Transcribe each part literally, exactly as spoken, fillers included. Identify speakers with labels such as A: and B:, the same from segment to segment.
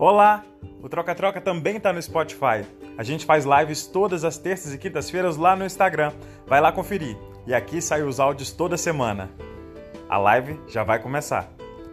A: Olá! O Troca-Troca também está no Spotify. A gente faz lives todas as terças e quintas-feiras lá no Instagram. Vai lá conferir. E aqui saem os áudios toda semana. A live já vai começar.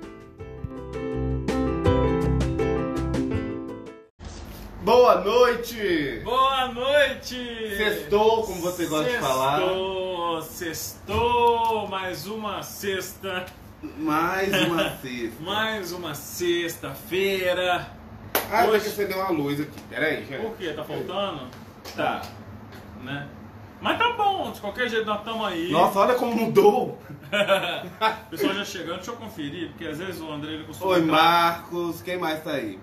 B: Boa noite!
C: Boa noite!
B: Sextou, como você gosta
C: sextou,
B: de falar.
C: Sextou, sextou, mais uma sexta.
B: Mais uma sexta.
C: Mais uma sexta-feira.
B: Ah,
C: Hoje...
B: tem que acender uma luz aqui. Pera aí, gente.
C: Por quê? Tá faltando? Tá. Né? Mas tá bom, de qualquer jeito nós estamos aí.
B: Nossa, olha como mudou.
C: O pessoal já chegando, deixa eu conferir, porque às vezes o André ele costuma...
B: Oi,
C: entrar...
B: Marcos. Quem mais tá aí?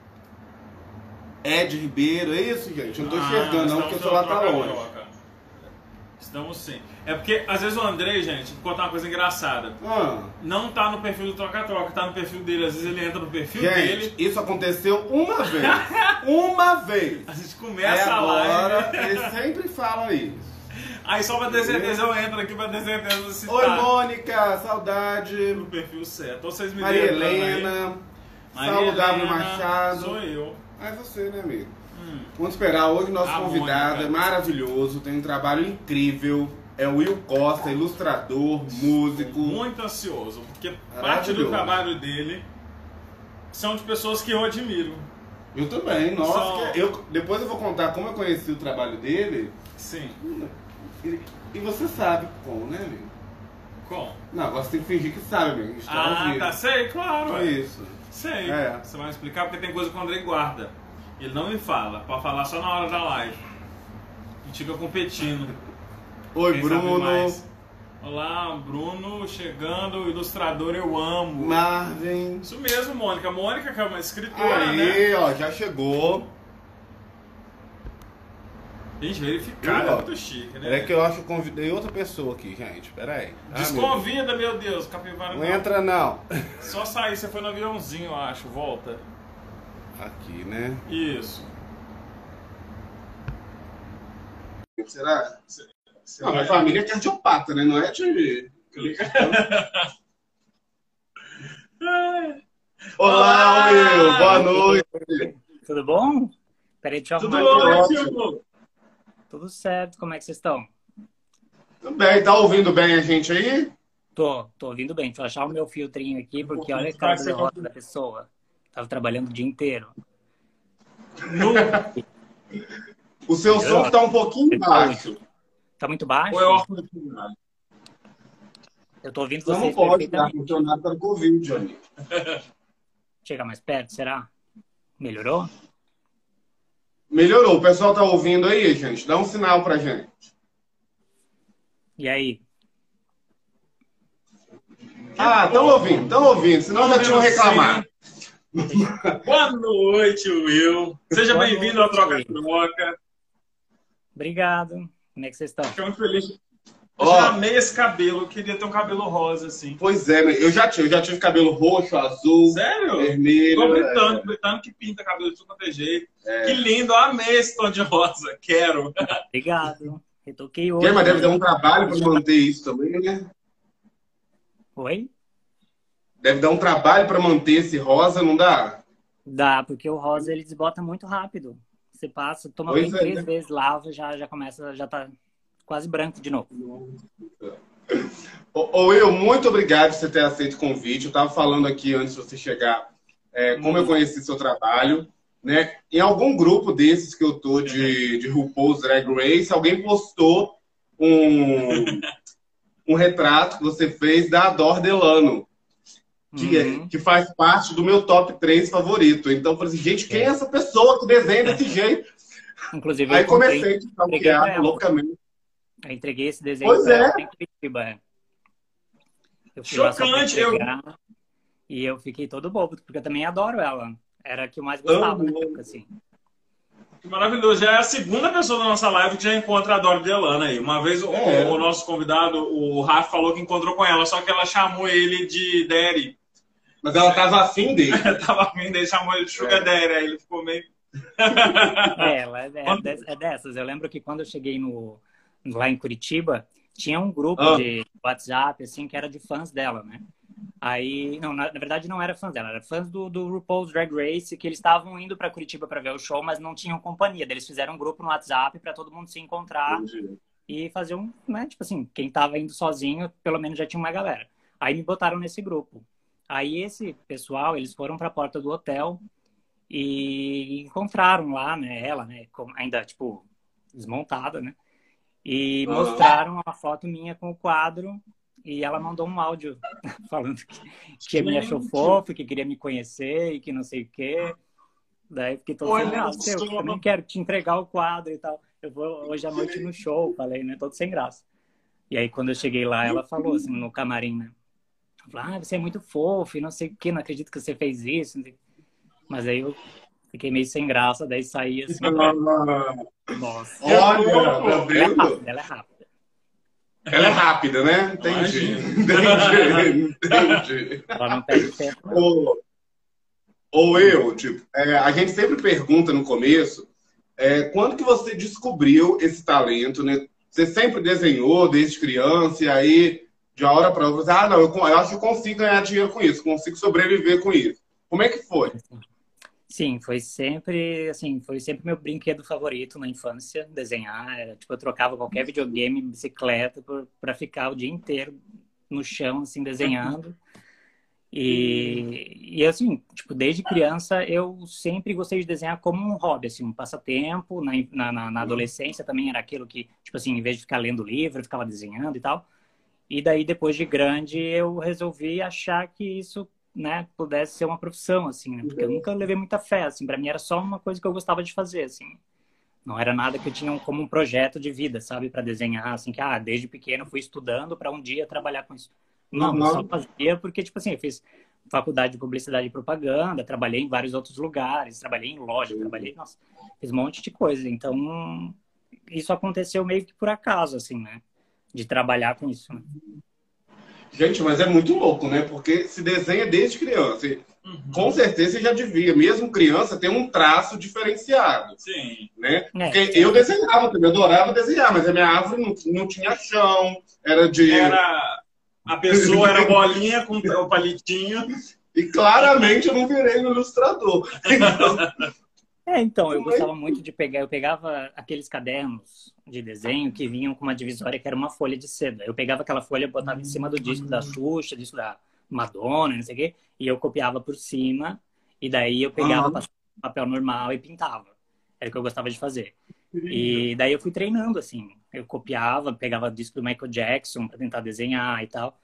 B: Ed Ribeiro, é isso, gente? Eu não tô
C: Ah,
B: enxergando não, porque o celular tá longe.
C: Troca. Estamos sim. É porque às vezes o André, gente, vou contar uma coisa engraçada.
B: Ah.
C: Não tá no perfil do Troca-Troca, tá no perfil dele. Às vezes ele entra no perfil
B: Gente,
C: dele.
B: isso aconteceu uma vez. Uma vez.
C: A gente
B: Aí
C: começa a
B: agora,
C: live.
B: ele sempre fala isso.
C: Aí só pra ter certeza eu entro aqui pra ter certeza se
B: Oi,
C: tá
B: Mônica, saudade.
C: no perfil certo. Ou vocês me
B: Maria
C: lembram também.
B: Helena.
C: Maria
B: Saulo W.
C: Helena,
B: Machado.
C: Sou eu.
B: É você, né, amigo?
C: Hum.
B: Vamos esperar. Hoje nosso
C: A
B: convidado
C: Mônica.
B: é maravilhoso, tem um trabalho incrível. É o Will Costa, ilustrador, músico.
C: Muito ansioso, porque parte do
B: Maravilhoso.
C: trabalho dele são de pessoas que eu admiro.
B: Eu também, nossa.
C: Só-
B: que- Eu, depois eu vou contar como eu conheci o trabalho dele.
C: Sim.
B: E, e você sabe como, né, amigo?
C: Com?
B: Não, agora você tem que fingir que sabe, amigo. A gente tá ao
C: Ah,
B: vivo.
C: tá. Sei, claro.
B: Foi
C: ué.
B: isso.
C: Sei.
B: É.
C: Você vai me explicar porque tem coisa que o André guarda. Ele não me fala, pode falar só na hora da live. A gente fica competindo.
B: Oi,
C: Quem sabe
B: Bruno.
C: mais. Olá, Bruno, chegando, ilustrador eu amo.
B: Marvin.
C: Isso mesmo, Mônica. Mônica, que é uma escritora, né?
B: Aí, ó, já chegou.
C: Gente, verificada, é
B: Ó,
C: muito chique, né?
B: É que eu acho que eu convidei outra pessoa aqui, gente. Pera aí. Ah, meu
C: Desconvida, meu Deus, capivara.
B: Deus. Não entra, não.
C: Só sair, você foi no aviãozinho, eu acho, volta.
B: Aqui, né?
C: Isso.
B: Será? Não, minha família é cardiopata, né? Não é de... Olá,
C: Olá!
B: Will. Boa noite.
D: Tudo bom? Peraí, deixa eu
C: Tudo
D: arrumar aqui.
C: ótimo!
D: Tudo certo, como é que vocês estão?
B: Tudo bem, tá ouvindo bem a gente aí?
D: Tô, tô ouvindo bem. Deixa eu achar o meu filtrinho aqui, porque olha a
C: Vai
D: cara
C: ser
D: derrota
C: complicado.
D: da pessoa. Tava trabalhando o dia inteiro.
C: No...
B: O seu som tá um pouquinho baixo.
D: Tá muito baixo?
C: Ou é óculos de funcionário?
D: Eu tô ouvindo
B: Não
D: vocês
B: pode dar
D: perfeitamente.
B: funcionário pelo Covid, Johnny.
D: Chega mais perto, será? Melhorou?
B: Melhorou. O pessoal tá ouvindo aí, gente? Dá um sinal pra gente.
D: E aí?
B: Ah, estão ouvindo, estão ouvindo. Senão já tinham reclamado.
C: Boa noite, Will. Seja
D: Boa
C: bem-vindo ao
D: noite.
C: Troca-Troca.
D: Obrigado. Como é que vocês estão?
C: Fiquei muito feliz. Eu
B: Ó.
C: já amei esse cabelo, eu queria ter um cabelo rosa, assim.
B: Pois é, né? eu já tive, eu já tive cabelo roxo, azul,
C: Sério?
B: vermelho.
C: Tô
B: é.
C: britânico, britânico que pinta cabelo de tudo quanto é jeito. Que lindo, eu amei esse tom de rosa. Quero.
D: Obrigado. Retoquei hoje.
B: É, mas deve dar um trabalho para manter isso também, né?
D: Oi?
B: Deve dar um trabalho para manter esse rosa, não dá?
D: Dá, porque o rosa ele desbota muito rápido. Você passa, toma
B: Pois
D: banho
B: é,
D: três
B: né?
D: vezes, lava, já, já começa, já tá quase branco de novo.
B: Ô, ô, Will, muito obrigado por você ter aceito o convite. Eu estava falando aqui antes de você chegar é, como eu conheci seu trabalho. Né? Em algum grupo desses que eu tô de, de RuPaul's Drag Race, alguém postou um, um retrato que você fez da Adore Delano, que,
D: Uhum.
B: é, que faz parte do meu top três favorito. Então, eu falei assim, gente, quem é essa pessoa que desenha desse jeito?
D: Inclusive,
B: Aí
D: eu comprei,
B: comecei a
D: entreguei pra
B: stalkear
D: ela.
B: loucamente.
D: Eu entreguei esse desenho
B: Pois
D: pra
B: é.
D: ela em Curitiba. é. Eu fui lá só pra
C: Chocante, eu-
D: entregar, e eu fiquei todo bobo, porque eu também adoro ela. Era a que eu mais gostava na
B: Amo.
D: época, assim.
C: Que maravilhoso. Já é a segunda pessoa da nossa live que já encontra a Dora Delana aí. Uma vez o,
B: É.
C: o nosso convidado, o Rafa, falou que encontrou com ela, só que ela chamou ele de Daddy.
B: Mas ela tava afim dele.
C: Tava vindo, ele chamou ele de Sugar
B: É.
C: Daddy, aí ele ficou meio...
D: É, ela é, é des- é dessas. Eu lembro que quando eu cheguei no, lá em Curitiba, tinha um grupo
B: Ah.
D: de WhatsApp, assim, que era de fãs dela, né? Aí, não, na, na verdade não era fãs dela, era fãs do, do RuPaul's Drag Race, que eles estavam indo pra Curitiba pra ver o show, mas não tinham companhia. Daí eles fizeram um grupo no WhatsApp pra todo mundo se encontrar
B: Entendi.
D: e fazer um, né? Tipo assim, quem tava indo sozinho, pelo menos já tinha uma galera. Aí me botaram nesse grupo. Aí esse pessoal, eles foram pra porta do hotel e encontraram lá, né, ela, né, com- ainda, tipo, desmontada, né? E
B: Aham.
D: mostraram uma foto minha com o quadro e ela mandou um áudio falando que, que me achou
C: Gente,
D: fofo, que queria me conhecer e que não sei o quê. Daí eu fiquei todo sem
C: olha
D: graça. Eu
C: só.
D: também quero te entregar o quadro e tal. Eu vou hoje à noite no show, falei, né? Todo sem graça. E aí quando eu cheguei lá, ela falou assim, no camarim, né? Ela falou, ah, você é muito fofo e não sei o quê, não acredito que você fez isso. Não sei o quê. Mas aí eu fiquei meio sem graça, daí saí assim,
B: Ah,
D: nossa.
B: olha, tá
C: Fofo.
D: Ela é
B: vendo?
D: rápida, ela é rápida.
B: Ela é rápida, né? Entendi.
C: Imagina.
B: Entendi. Entendi.
D: Ela não perde tempo, não.
B: Ou, ou eu, tipo, é, a gente sempre pergunta no começo, é, quando que você descobriu esse talento, né? Você sempre desenhou desde criança e aí, de uma hora para outra, você, ah, não, eu, con- eu acho que eu consigo ganhar dinheiro com isso, consigo sobreviver com isso. Como é que foi?
D: Sim, foi sempre, assim, foi sempre meu brinquedo favorito na infância, desenhar. Era, tipo, eu trocava qualquer videogame, bicicleta, por, pra ficar o dia inteiro no chão, assim, desenhando. E, e assim, tipo, desde criança eu sempre gostei de desenhar como um hobby, assim, um passatempo. Na, na, na na adolescência também era aquilo que, tipo assim, em vez de ficar lendo livro, eu ficava desenhando e tal. E daí, depois de grande, eu resolvi achar que isso, né, pudesse ser uma profissão, assim, né? Porque eu nunca levei muita fé, assim. Pra mim era só uma coisa que eu gostava de fazer, assim. Não era nada que eu tinha como um projeto de vida, sabe? Para desenhar, assim, que, ah, desde pequeno fui estudando para um dia trabalhar com isso. Não, eu só
B: Aham.
D: fazia porque, tipo assim, eu fiz faculdade de publicidade e propaganda, trabalhei em vários outros lugares, trabalhei em loja, trabalhei, nossa, fiz um monte de coisa. Então, isso aconteceu meio que por acaso, assim, né? De trabalhar com isso, né?
B: Gente, mas é muito louco, né? Porque se desenha desde criança. E, com
C: Uhum.
B: certeza você já devia, mesmo criança, ter um traço diferenciado,
C: Sim.
B: né?
D: É,
B: Porque
D: tem
B: eu
D: uma...
B: desenhava também, eu adorava desenhar, mas a minha árvore não, não tinha chão, era de.
C: Era a pessoa era bolinha com o palitinho.
B: E claramente eu não virei um ilustrador. Então,
D: É, então, eu
B: como é
D: gostava muito de pegar, eu pegava aqueles cadernos de desenho que vinham com uma divisória que era uma folha de seda. Eu pegava aquela folha, botava em cima do disco da Xuxa, disco da Madonna, não sei o quê, e eu copiava por cima, e daí eu pegava,
B: Aham.
D: passava papel normal e pintava. Era o que eu gostava de fazer.
C: Incrível.
D: E daí eu fui treinando, assim. Eu copiava, pegava disco do Michael Jackson para tentar desenhar e tal.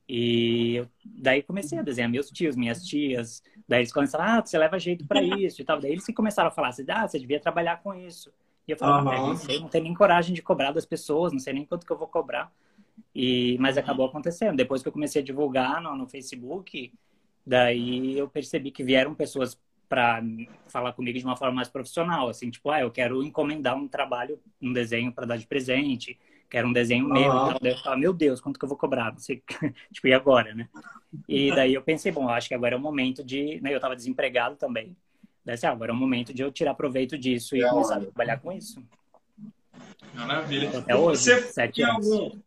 D: E eu, daí comecei a desenhar meus tios, minhas tias. Daí eles começaram, ah, você leva jeito para isso e tal. Daí eles que começaram a falar assim, ah, você devia trabalhar com isso. E eu falava, ah, eu não
B: Aham.
D: sei, não tenho nem coragem de cobrar das pessoas, não sei nem quanto que eu vou cobrar. E, mas acabou acontecendo. Depois que eu comecei a divulgar no, no Facebook, daí eu percebi que vieram pessoas para falar comigo de uma forma mais profissional, assim, tipo, ah, eu quero encomendar um trabalho, um desenho para dar de presente, quero um desenho meu e
B: Aham.
D: tal. Daí eu falava, meu Deus, quanto que eu vou cobrar? Não sei, tipo, e agora, né? E daí eu pensei, bom, eu acho que agora é o momento de, né, eu estava desempregado também. Daí, assim, ah, agora é o momento de eu tirar proveito disso
B: É
D: e
B: a
D: começar a
B: hora.
D: trabalhar com isso.
C: Maravilha.
D: Tô até
C: E
D: hoje,
C: você
D: sete
C: tem
D: anos.
C: algum.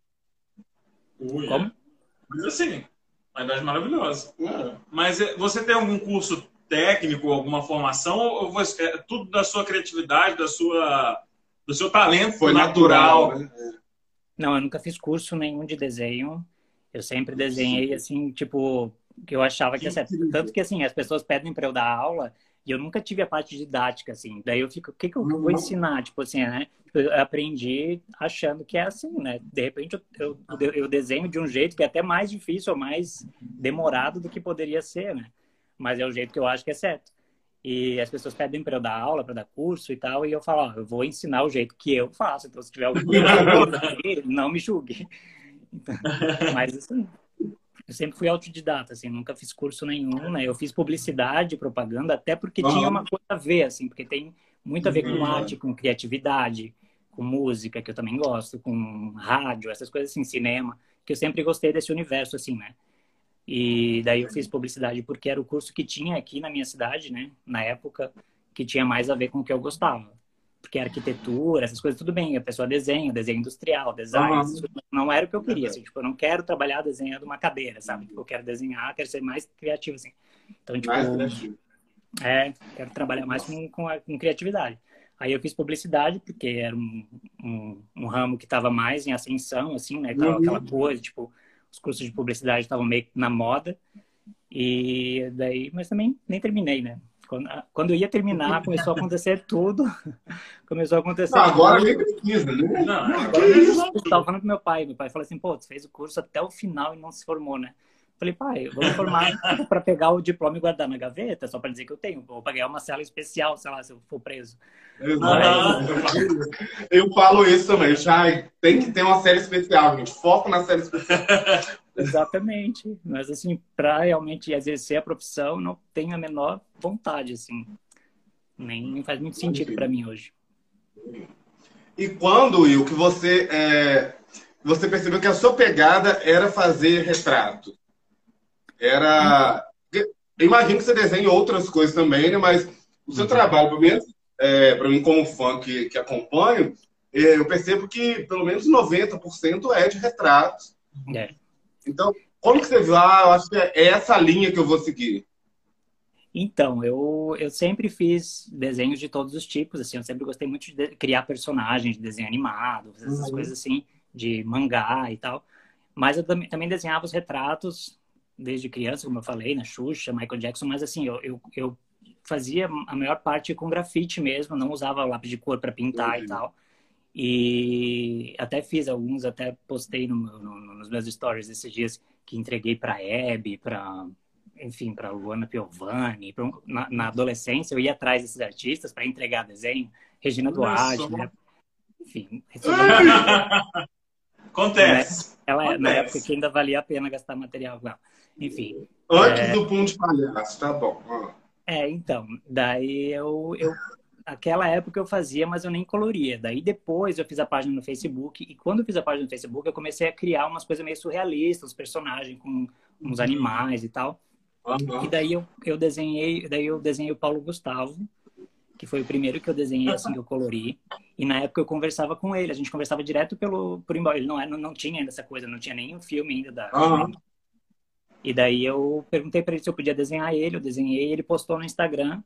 C: Uia.
D: Como?
C: Mas assim, uma idade maravilhosa.
B: É.
C: Mas eh, você tem algum curso técnico, alguma formação, ou você, é tudo da sua criatividade, da sua, do seu talento
B: Foi natural,
C: natural?
B: né?
D: Não, eu nunca fiz curso nenhum de desenho. Eu sempre desenhei assim, tipo, que eu achava que
C: Que
D: ia ser. Tanto
C: incrível.
D: que assim, as pessoas pedem para eu dar aula e eu nunca tive a parte didática, assim. Daí eu fico, o que que eu vou
B: Uhum.
D: ensinar? Tipo assim, né? Tipo, eu aprendi achando que é assim, né? De repente eu, eu, eu desenho de um jeito que é até mais difícil ou mais demorado do que poderia ser, né? Mas é o jeito que eu acho que é certo. E as pessoas pedem para eu dar aula, para dar curso e tal, e eu falo, ó, eu vou ensinar o jeito que eu faço. Então, se tiver alguma coisa aí, não me julgue. Então, mas assim, eu sempre fui autodidata, assim, nunca fiz curso nenhum, né? Eu fiz publicidade, propaganda, até porque tinha uma
B: Aham.
D: coisa a ver, assim, porque tem muito a ver com
C: Uhum.
D: arte, com criatividade, com música, que eu também gosto, com rádio, essas coisas assim, cinema, que eu sempre gostei desse universo, assim, né? E daí eu fiz publicidade porque era o curso que tinha aqui na minha cidade, né? Na época, que tinha mais a ver com o que eu gostava. porque arquitetura, essas coisas, tudo bem, a pessoa desenha, desenho industrial, design, essas coisas, não era o que eu queria, assim, tipo, eu não quero trabalhar desenhando uma cadeira, sabe? Tipo, eu quero desenhar, quero ser mais criativo, assim. Então, tipo,
B: Mais criativo.
D: é, quero trabalhar mais com, com, a- com criatividade. Aí eu fiz publicidade, porque era um, um, um ramo que estava mais em ascensão, assim, né? Tava aquela
B: Uhum.
D: coisa, tipo, os cursos de publicidade estavam meio que na moda. E daí, mas também nem terminei, né? Quando, quando eu ia terminar, começou a acontecer tudo. Começou a acontecer
B: Não, agora nem
D: tudo.
B: precisa, né?
C: Não,
B: Que
C: agora não
B: isso?
C: precisa
D: Eu estava falando com meu pai. Meu pai falou assim, pô, tu fez o curso até o final e não se formou, né? Falei, pai, eu vou me formar tipo, para pegar o diploma e guardar na gaveta, só para dizer que eu tenho. Ou para ganhar uma cela especial, sei lá, se eu for preso.
B: Exato. Eu falo isso. Eu falo isso também. Já tem que ter uma série especial, gente. Foco na série especial.
D: Exatamente. Mas, assim, para realmente exercer a profissão, não tenho a menor vontade, assim. Nem faz muito sentido para mim hoje.
B: E quando, Will, que você, é, você percebeu que a sua pegada era fazer retrato? Era... Eu imagino que você desenha outras coisas também, né? Mas o seu trabalho, pelo menos, é, para mim como fã que, que acompanho, é, eu percebo que pelo menos noventa por cento é de retratos.
D: É.
B: Então, como que você viu? Ah, eu acho que é essa linha que eu vou seguir.
D: Então, eu, eu sempre fiz desenhos de todos os tipos, assim, eu sempre gostei muito de de- criar personagens de desenho animado, essas
B: Uhum.
D: coisas assim, de mangá e tal. Mas eu também, também desenhava os retratos desde criança, como eu falei, na Xuxa, Michael Jackson, mas assim, eu, eu, eu fazia a maior parte com grafite mesmo, não usava lápis de cor para pintar e
B: Entendi.
D: tal. E até fiz alguns, até postei no, meu- no- nos meus stories esses dias que entreguei para Hebe, para enfim, para Luana Piovani. Pra, um- na, na adolescência eu ia atrás desses artistas para entregar desenho, Regina
C: Olha só.
D: Duarte, né? Enfim, recebi um- né?
C: Acontece.
D: Ela, na época que
C: Acontece.
D: ainda valia a pena gastar material com ela. Enfim,
B: Antes do Pum de Palhaço, tá bom. Ah.
D: é, então, daí eu, eu aquela época eu fazia, mas eu nem coloria. Daí depois eu fiz a página no Facebook e quando eu fiz a página no Facebook eu comecei a criar umas coisas meio surrealistas, uns personagens com uns animais e tal. E
B: Aham.
D: daí eu, eu desenhei, daí eu desenhei o Paulo Gustavo, que foi o primeiro que eu desenhei assim que eu colori. E na época eu conversava com ele, a gente conversava direto pelo por inbox. Ele não era, não, não tinha ainda essa coisa, não tinha nenhum filme ainda da.
B: Aham.
D: E daí eu perguntei para ele se eu podia desenhar ele, eu desenhei, ele postou no Instagram.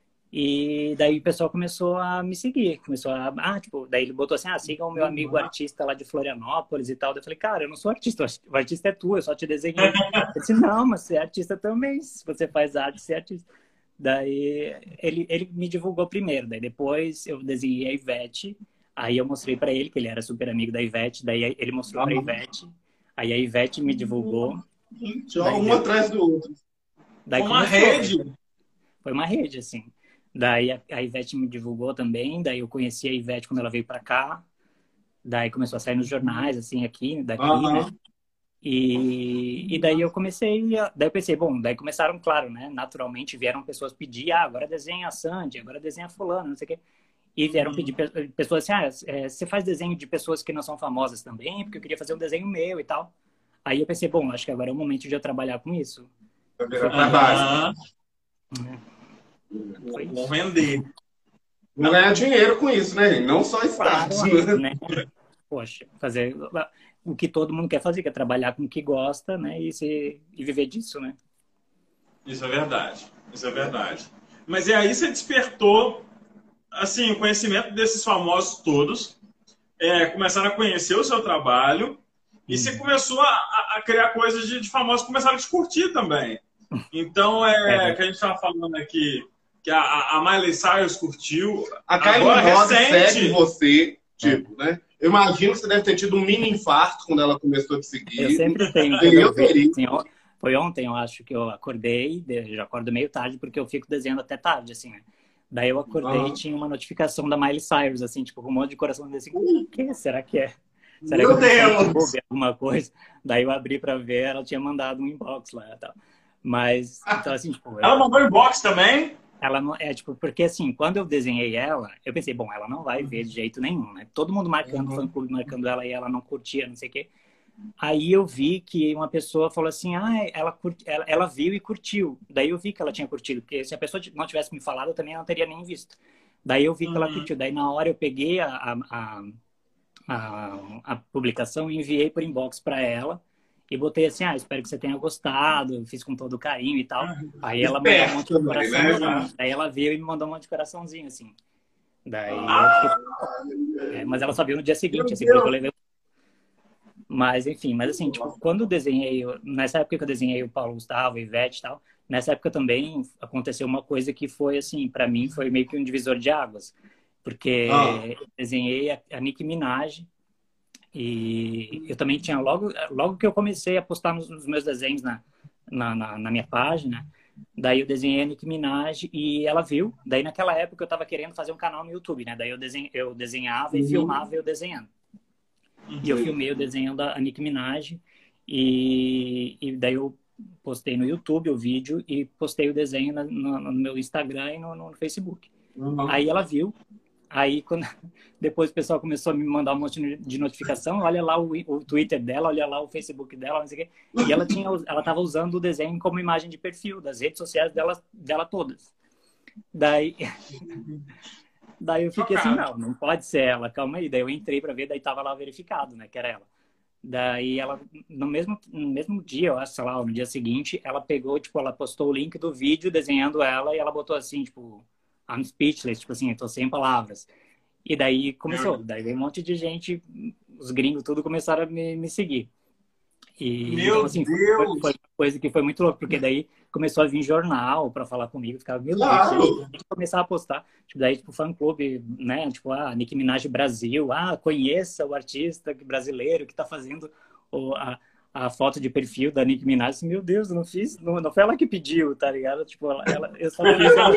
D: E daí o pessoal começou a me seguir, começou a, ah, tipo, daí ele botou assim, ah, siga o meu amigo artista lá de Florianópolis e tal. Daí eu falei, cara, eu não sou artista, o artista é tu, eu só te desenhei. Ele disse, não, mas você é artista também, se você faz arte, você é artista. Daí ele, ele me divulgou primeiro, daí depois eu desenhei a Ivete, aí eu mostrei pra ele que ele era super amigo da Ivete, daí ele mostrou pra Ivete, aí a Ivete me divulgou.
B: Gente, ó,
D: Daí
B: um
D: deu-
B: atrás do outro.
D: daí
C: Uma
D: começou.
C: rede.
D: Foi uma rede, assim. Daí a, a Ivete me divulgou também, daí eu conheci a Ivete quando ela veio pra cá, daí começou a sair nos jornais, assim, aqui, daqui, né?
B: Aham.
D: E, e daí eu comecei, a, daí eu pensei, bom, daí começaram, claro, né? Naturalmente vieram pessoas pedir, ah, agora desenha a Sandy, agora desenha a fulana, não sei o quê. E vieram pedir pe- pessoas assim, ah, é, você faz desenho de pessoas que não são famosas também? Porque eu queria fazer um desenho meu e tal. Aí eu pensei, bom, acho que agora é o momento de eu trabalhar com isso.
B: Vai virar trabalho.
C: Aham.
D: Foi
C: Vão
D: isso.
C: vender.
B: Vou ganhar dinheiro com isso, né, gente? Não só
D: Claro,
B: status, né?
D: né? Poxa, fazer o que todo mundo quer fazer, que é trabalhar com o que gosta, né? E, se, e viver disso, né?
C: Isso é verdade. Isso é verdade. Mas e aí você despertou, assim, o conhecimento desses famosos todos, é, começaram a conhecer o seu trabalho e você começou a, a- a criar coisas de, de famosos que começaram a te curtir também. Então, é,
D: É.
C: que a gente estava falando aqui, que a, a a Miley Cyrus curtiu.
B: A Kylie
C: Agora,
B: Minogue
C: recente.
B: segue você, tipo, né? Eu imagino que você deve ter tido um mini infarto quando ela começou a te
D: Eu
B: seguir.
D: sempre tenho.
B: E
D: Quando
B: eu
D: eu vejo,
B: teria.
D: assim, ó, foi ontem, eu acho, que eu acordei, de- já acordo meio tarde, porque eu fico desenhando até tarde, assim, né? Daí eu acordei
B: Aham.
D: e tinha uma notificação da Miley Cyrus, assim, tipo, com um monte de coração assim, o que será que é? Será
B: Meu
D: que eu tô no
B: Deus!
D: YouTube, alguma coisa? Daí eu abri pra ver, ela tinha mandado um inbox lá e tal. Mas, então assim, tipo, eu-
C: Ela mandou inbox também?
D: ela não é tipo, porque assim, quando eu desenhei ela, eu pensei, bom, ela não vai ver de jeito nenhum, né? Todo mundo marcando,
B: Uhum.
D: fã-clube marcando ela e ela não curtia, não sei o quê. Aí eu vi que uma pessoa falou assim, ah, ela, curti, ela, ela viu e curtiu. Daí eu vi que ela tinha curtido, porque se a pessoa não tivesse me falado, eu também não teria nem visto. Daí eu vi que ela
C: Uhum.
D: curtiu. Daí na hora eu peguei a, a, a, a, a publicação e enviei por inbox para ela. E botei assim, ah, espero que você tenha gostado, fiz com todo carinho e tal. Aí ela mandou um monte
B: Esperto
D: de
B: também,
D: coraçãozinho.
B: né?
D: Daí ela veio e me mandou um monte de coraçãozinho, assim. Daí eu
C: Ah,
D: fiquei... é, mas ela só viu no dia seguinte,
B: Meu
D: assim, porque eu
B: Deus!
D: levei. Mas, enfim, mas assim, tipo, quando eu desenhei, nessa época que eu desenhei o Paulo Gustavo, o Ivete e tal, nessa época também aconteceu uma coisa que foi, assim, para mim foi meio que um divisor de águas.
B: Ah,
D: Porque eu desenhei a, a Nicki Minaj e eu também tinha, logo, logo que eu comecei a postar nos, nos meus desenhos na, na, na, na minha página, daí eu desenhei a Nicki Minaj e ela viu. Daí naquela época eu tava querendo fazer um canal no YouTube, né? Daí eu, desen, eu desenhava e
B: uhum.
D: filmava eu desenhando. E eu filmei o desenho da Nicki Minaj e, e daí eu postei no YouTube o vídeo e postei o desenho na, no, no meu Instagram e no, no Facebook.
B: Uhum.
D: Aí ela viu. Aí, quando, depois o pessoal começou a me mandar um monte de notificação, olha lá o, o Twitter dela, olha lá o Facebook dela, não sei o quê. E ela tinha, ela estava usando o desenho como imagem de perfil das redes sociais dela, dela todas. Daí, daí eu fiquei assim, não, não pode ser ela, calma aí. Daí eu entrei para ver, daí tava lá verificado, né, que era ela. Daí ela, no mesmo, no mesmo dia, eu acho, sei lá, no dia seguinte, ela pegou, tipo, ela postou o link do vídeo desenhando ela e ela botou assim, tipo... I'm speechless, tipo assim, eu tô sem palavras. E daí começou, daí veio um monte de gente, os gringos tudo começaram a me, me seguir. E
C: meu
D: então, assim, foi,
C: Deus!
D: foi uma coisa que foi muito louca, porque daí começou a vir jornal pra falar comigo, ficava, meu Deus,
B: Claro!
D: gente, começar a postar. Tipo, daí, tipo, fã-clube, né, tipo, ah, Nicki Minaj Brasil, ah, conheça o artista brasileiro que tá fazendo o, a, a foto de perfil da Nicki Minaj. Assim, meu Deus, eu não fiz, não, não foi ela que pediu, tá ligado? Tipo, ela, ela eu só fiz ela...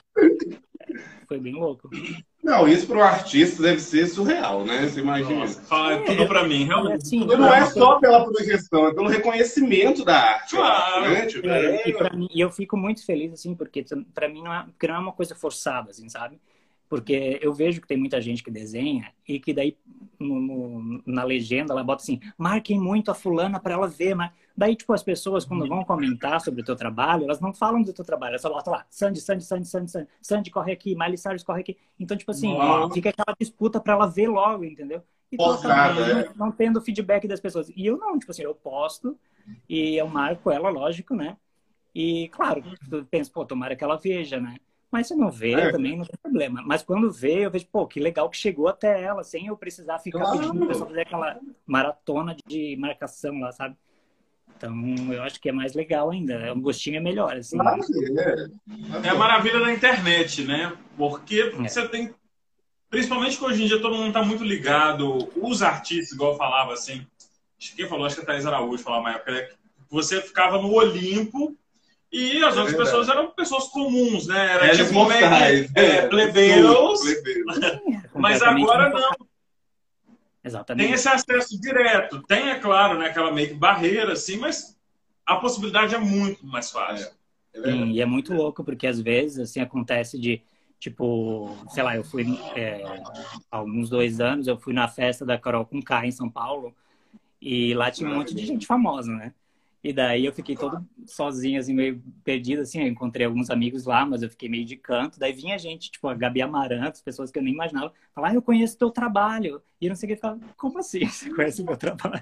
D: Foi bem louco.
B: Não, isso para o artista deve ser surreal, né? Você imagina.
C: Nossa, fala tudo pra mim,
D: E
C: realmente.
D: assim,
B: Porque não é só pela projeção, é pelo reconhecimento da arte.
C: Claro.
B: Né? Tipo,
D: É, e,
B: é...
D: pra mim, e eu fico muito feliz, assim, porque para mim não é, porque não é uma coisa forçada, assim, sabe? Porque eu vejo que tem muita gente que desenha e que daí no, no, na legenda ela bota assim, marquem muito a fulana para ela ver, mas daí, tipo, as pessoas quando vão comentar sobre o teu trabalho, elas não falam do teu trabalho, elas só botam lá, Sandy, Sandy, Sandy, Sandy, Sandy, Sandy corre aqui, Miley Cyrus corre aqui. Então, tipo assim,
B: Nossa.
D: fica aquela disputa para ela ver logo, entendeu? E tu
B: Forçada,
D: acaba não,
B: é.
D: não tendo feedback das pessoas. E eu não, tipo assim, eu posto e eu marco ela, lógico, né? E, claro, tu pensa, pô, tomara que ela veja, né? Mas se não vê,
B: É.
D: também não tem problema. Mas quando vê, eu vejo, pô, que legal que chegou até ela, sem eu precisar ficar
B: Claro.
D: pedindo pra pessoa fazer aquela maratona de marcação lá, sabe? Então, eu acho que é mais legal ainda. Um gostinho é melhor, assim.
B: Claro que é.
C: É a maravilha da internet, né? Porque
D: É.
C: você tem... Principalmente que hoje em dia todo mundo tá muito ligado. Os artistas, igual eu falava, assim... Quem falou? Acho que a Thaís Araújo falava uma época, né? Você ficava no Olimpo e as
B: É
C: outras
B: verdade.
C: pessoas eram pessoas comuns, né? Era
B: Eles
C: tipo meio que,
B: mortais.
C: é, plebeus.
B: Plebeus.
D: Sim, é
C: Mas
D: completamente
C: agora
D: diferente.
C: não.
D: Exatamente.
C: Tem esse acesso direto. Tem, é claro, né? Aquela meio que barreira, assim, mas a possibilidade é muito mais fácil.
B: É verdade.
D: Sim, e é muito louco, porque às vezes, assim, acontece de, tipo, sei lá, eu fui, é, há alguns dois anos, eu fui na festa da Carol com K em São Paulo, e lá tinha um monte de gente famosa, né? E daí eu fiquei todo sozinho, assim, meio perdido, assim, eu encontrei alguns amigos lá, mas eu fiquei meio de canto, daí vinha gente, tipo, a Gabi Amarantos, pessoas que eu nem imaginava, falar, ah, eu conheço teu trabalho, e eu não sei o que, eu falava, como assim você conhece o meu trabalho?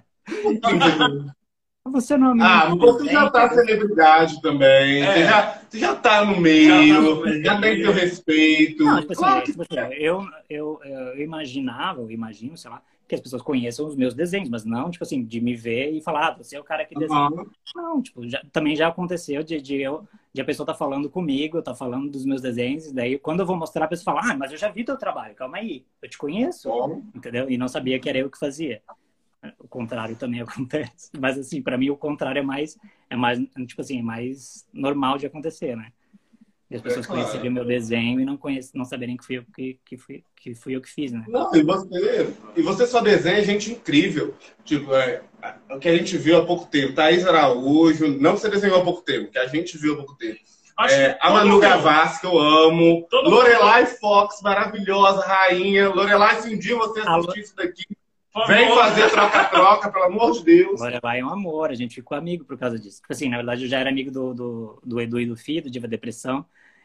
D: Você não é um menino
B: Ah,
D: que
B: mas você já
D: desenha,
B: tá celebridade também.
C: É.
B: Você, já, você já tá no
C: Já tá
B: meio,
C: no meio.
B: já tem seu respeito.
D: Não, tipo assim,
B: Claro
D: é,
B: que
D: tipo assim, eu, eu, eu imaginava, eu imagino, sei lá, que as pessoas conheçam os meus desenhos, mas não, tipo assim, de me ver e falar, ah, você é o cara que desenha.
B: Uhum.
D: Não, tipo, já, também já aconteceu de, de, eu, de a pessoa tá falando comigo, tá falando dos meus desenhos, e daí quando eu vou mostrar, a pessoa fala, ah, mas eu já vi teu trabalho, calma aí, eu te conheço,
B: Bom.
D: entendeu? E não sabia que era eu que fazia. O contrário também acontece. Mas, assim, pra mim, o contrário é mais, é mais, tipo assim, é mais normal de acontecer, né? E as pessoas
B: É claro.
D: conhecerem o meu desenho e não, conhece, não saberem que fui eu que, que, fui, que fui eu que fiz, né?
B: Não, e você, e você só desenha gente incrível. Tipo, é, o que a gente viu há pouco tempo. Thaís Araújo, não que você desenhou há pouco tempo, que a gente viu há pouco tempo.
C: Acho
B: É,
C: que
B: a
C: todo
B: Manu
C: mundo-
B: Gavassi, que eu amo.
C: Todo
B: Lorelai Fox, maravilhosa, rainha. Lorelai, se um dia você
D: Alô?
B: assistir isso daqui,
C: Por
B: vem
C: favor.
B: fazer troca-troca, pelo amor de Deus.
D: Lorelai é um amor, a gente ficou amigo por causa disso. Tipo assim, na verdade, eu já era amigo do, do, do Edu e do Fih, do Diva Depressão.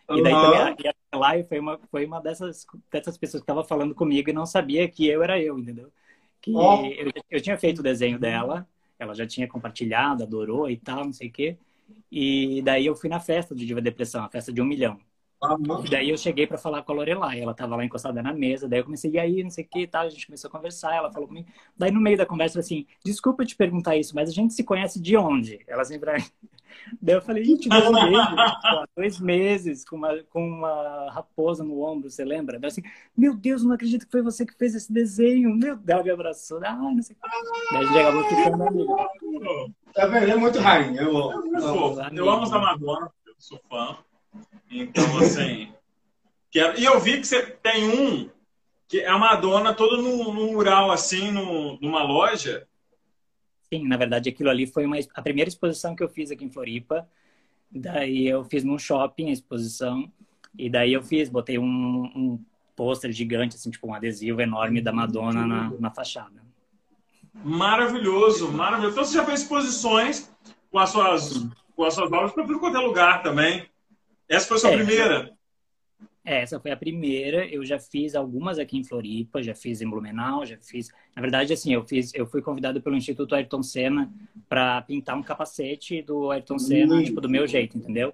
D: E daí também a,
B: Aham.
D: e a Lai foi uma, foi uma dessas, dessas pessoas que estava falando comigo e não sabia que eu era eu, entendeu?
B: Ó.
D: Que eu, eu tinha feito o desenho dela, ela já tinha compartilhado, adorou e tal, não sei o quê. E daí eu fui na festa do Diva Depressão, a festa de um milhão.
B: Aham.
D: E daí eu cheguei pra falar com a Lorelai, ela tava lá encostada na mesa, daí eu comecei, e aí, não sei o que e tal, a gente começou a conversar, ela falou comigo, daí no meio da conversa, assim, desculpa te perguntar isso, mas a gente se conhece de onde? Ela sempre... Daí eu falei, gente, desenhei, tipo, há dois meses, com uma, com uma raposa no ombro, você lembra? Daí assim, meu Deus, não acredito que foi você que fez esse desenho, meu Deus, ela me abraçou, ah, não sei o que. Daí a gente acabou ficando amigo.
B: Tá vendo? É muito rainha. Eu amo.
C: Muito
B: Amo.
C: fofo. Eu amo os da Madonna, eu sou fã. Então, assim. Quero... E eu vi que você tem um que é a Madonna toda no, no mural, assim, no, numa loja.
D: Sim, na verdade, aquilo ali foi uma, a primeira exposição que eu fiz aqui em Floripa. Daí eu fiz num shopping a exposição. E daí eu fiz, botei um, um pôster gigante, assim, tipo um adesivo enorme da Madonna na, na fachada.
C: Maravilhoso, maravilhoso. Então você já fez exposições com as suas, com as suas obras para tudo quanto é lugar também. Essa foi a sua
D: É,
C: primeira?
D: É, essa foi a primeira. Eu já fiz algumas aqui em Floripa, já fiz em Blumenau, já fiz. Na verdade, assim, eu fiz, eu fui convidado pelo Instituto Ayrton Senna para pintar um capacete do Ayrton Senna, tipo, do meu jeito, entendeu?